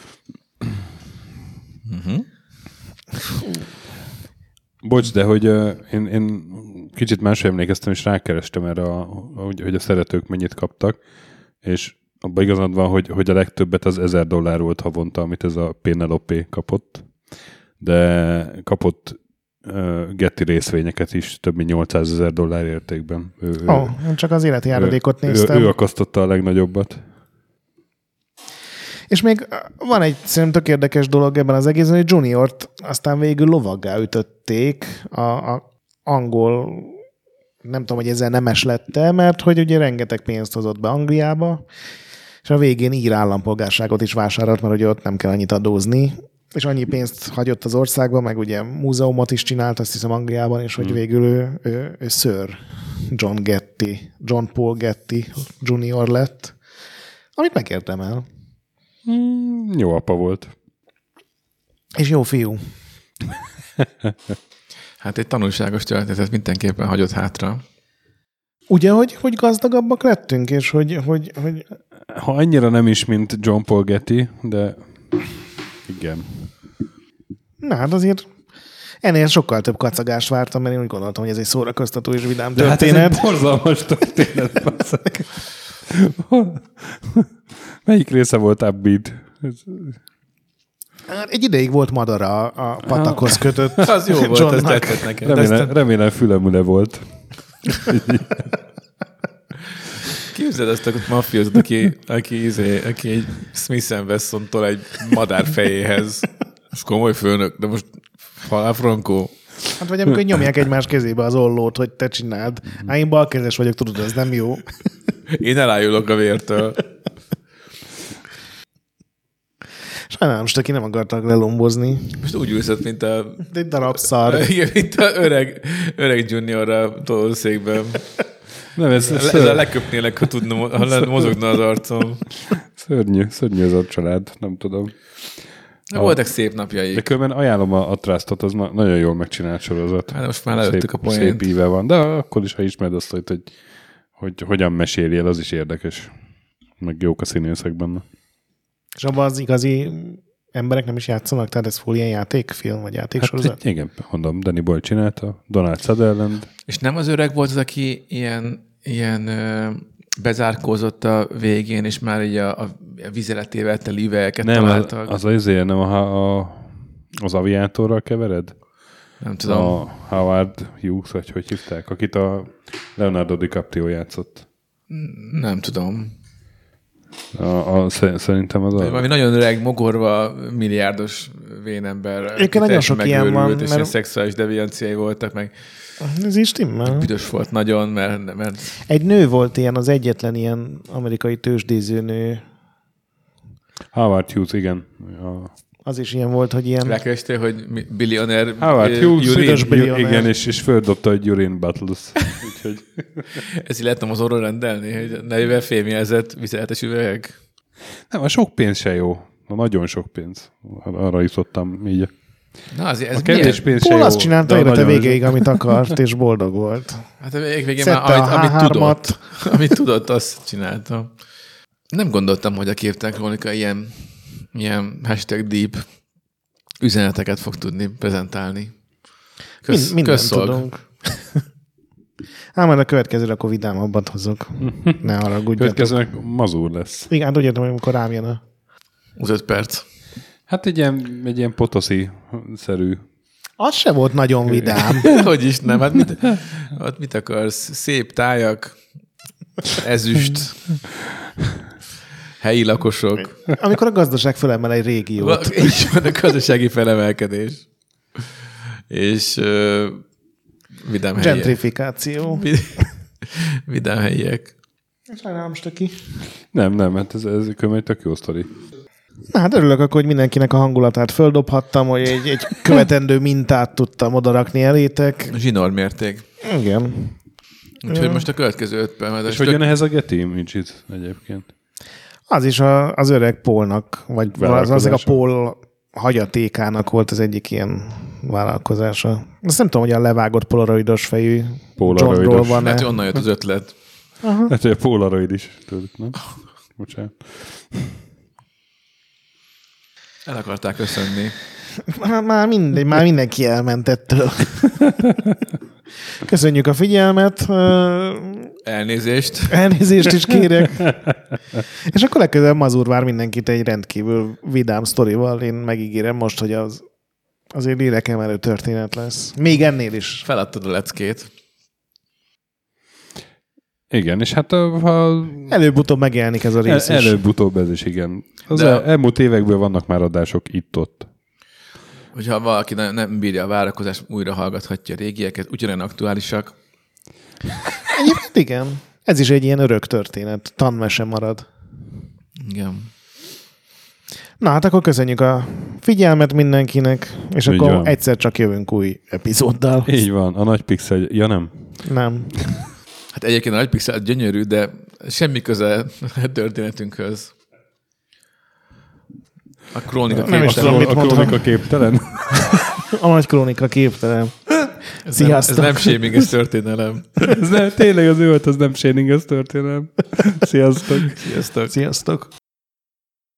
Uh-huh. Bocs, de hogy uh, én, én kicsit máshogy emlékeztem, és rákerestem erre, a, hogy, hogy a szeretők mennyit kaptak, és abban igazad van, hogy, hogy a legtöbbet az ezer dollár volt havonta, amit ez a Penelope kapott, de kapott uh, Getty részvényeket is több mint nyolcszázezer dollár értékben. Ő, Ó, oh, én csak az életi járadékot néztem. Ő, ő akasztotta a legnagyobbat. És még van egy szerintem tök érdekes dolog ebben az egészben, hogy Juniort aztán végül lovaggá ütötték a, a angol, nem tudom, hogy ezzel nemes lett-e, mert hogy ugye rengeteg pénzt hozott be Angliába, és a végén ír állampolgárságot is vásárolt, mert ugye ott nem kell annyit adózni, és annyi pénzt hagyott az országban, meg ugye múzeumot is csinált, azt hiszem Angliában, és hogy végül ő, ő, ő Sir John Getty, John Paul Getty Junior lett, amit megérdemel. Mm, jó apa volt. És jó fiú. Hát egy tanulságos történetet mindenképpen hagyott hátra. Ugye, hogy, hogy gazdagabbak lettünk, és hogy, hogy, hogy... Ha annyira nem is, mint John Paul Getty, de igen. Na, hát azért ennél sokkal több kacagást vártam, mert én úgy gondoltam, hogy ez egy szórakoztató és vidám de történet. Hát ez egy borzalmas történet, basszak. Melyik része volt upbeat? Egy ideig volt madara a patakhoz kötött. Az jó volt, ez tetszett nekem. Remélem, remélem fülemüle volt. Képzeld azt a mafiózat, aki, aki, izé, aki egy Smith and Wesson-tól egy madár fejéhez. Ez komoly főnök, de most halál frankó. Hát vagy amikor nyomják egymás kezébe az ollót, hogy te csináld. Á, én balkezes vagyok, tudod, ez nem jó. Én elájulok a vértől. Sajnálom, most aki nem akartak lelombozni. Most úgy ülszött, mint a... Egy darab szar. Igen, mint a öreg, öreg junior a tolószékben. Nem, ez, ez Le, ezzel leköpnélek, ha, tudna, ha mozogna az arcom. Szörnyű, szörnyű az a család, nem tudom. De voltak szép napjaik. De különben ajánlom a, a Trustot, az nagyon jól megcsinált sorozat. Hát most már leöttük a poént. Szép íve van, de akkor is, ha ismered azt, hogy, hogy, hogy hogyan meséli el, az is érdekes. Meg jók a színészek benne. És abban az igazi emberek nem is játszanak, tehát ez full ilyen játékfilm, vagy játéksorozat? Hát, igen, mondom, Danny Boyle csinálta, Donald Sutherland. És nem az öreg volt az, aki ilyen, ilyen ö, bezárkózott a végén, és már így a, a vizeletével teli üvegeket találtak? Nem, az azért nem a, a, az aviátorral kevered? Nem tudom. A Howard Hughes, vagy hogy hívták, akit a Leonardo DiCaprio játszott. Nem tudom. A, a, szerintem az a... Valami nagyon öreg, mogorva, milliárdos vénember. Ők nagyon sok ilyen van. És mert... ilyen szexuális devianciái voltak, meg. Ez is timmel. Büdös volt nagyon, mert, mert... Egy nő volt ilyen, az egyetlen ilyen amerikai tőzsdéző nő. Howard Hughes, igen. A... Az is ilyen volt, hogy ilyen... Rákerestél, hogy billionaire... Howard Hughes, Üres billionaire. igen, és, és földobta a Usain Battles. Úgyhogy... Ezt így lehetne mozorról rendelni, hogy nevével fémjelzett viszeletes üvegek. Nem, a sok pénz se jó. A nagyon sok pénz. Arra jutottam így. Na, azért ez a kevés pénz se Paul jó. azt csinálta élete végéig, amit akart, és boldog volt. Hát a végén Szedte már, amit, a amit tudott, amit tudott, azt csinálta. Nem gondoltam, hogy a Képtelen Krónika ilyen, ilyen hashtag deep üzeneteket fog tudni prezentálni. Kösz, Mind, mindent köszolg. tudunk. Ám majd a következőre akkor vidámabbat hozok. Ne haragudjatok. Következőnek mazur lesz. Igen, hát tudjátok, amikor rám jön a... Az öt perc. Hát egy ilyen, egy ilyen potoszi-szerű. Az se volt nagyon vidám. Hogy is nem, hát mit, hát mit akarsz? Szép tájak, ezüst, helyi lakosok. Amikor a gazdaság fölemel egy régiót. Így van a gazdasági felemelkedés. És uh, vidám helyiek. Gentrifikáció. Vidám helyiek. Sajnálom, Stöki. Nem, nem, hát ez, ez egy tök jó sztori. Na hát örülök akkor, hogy mindenkinek a hangulatát földobhattam, hogy egy, egy követendő mintát tudtam odarakni elétek. Zsinór mérték. Igen. Úgyhogy most a következő öt perc. És hogy jön ehhez a Getty Mincsit egyébként? Az is a, az öreg Paulnak, vagy az, az a Paul hagyatékának volt az egyik ilyen vállalkozása. Azt nem tudom, hogy a levágott polaroidos fejű Johnról van. Hát onnan jött az ötlet. Aha. Hát, hogy a polaroid is tőlük, nem? Bocsánat. El akarták köszönni. Már, már mindegy, már mindenki elment ettől. Köszönjük a figyelmet. Elnézést. Elnézést is kérek. És akkor legközelebb Mazur vár mindenkit egy rendkívül vidám sztorival. Én megígérem most, hogy az azért lélekemelő történet lesz. Még ennél is. Feladtad a leckét. Igen, és hát ha... Előbb-utóbb megjelenik ez a rész el, is. Előbb-utóbb ez is, igen. Az De... el, elmúlt évekből vannak már adások itt-ott. Hogyha valaki nem, nem bírja a várakozást, újra hallgathatja a régieket, ugyanolyan aktuálisak. Egyébként igen. Ez is egy ilyen örök történet. Tanmese marad. Igen. Na hát akkor köszönjük a figyelmet mindenkinek, és Így akkor van. egyszer csak jövünk új epizóddal. Így van, a nagy pixel... Ja nem? Nem. Hát egyébként a nagy pixel gyönyörű, de semmi köze a történetünkhöz. A krónika Nem is tudom, képtelen. mit A mondtam. krónika képtelen? A nagy krónika képtelen. Ez nem, ez Sziasztok. nem shaming, ez történelem. Ez nem, tényleg az ő volt, az nem shaming, ez történelem. Sziasztok! Sziasztok! Sziasztok.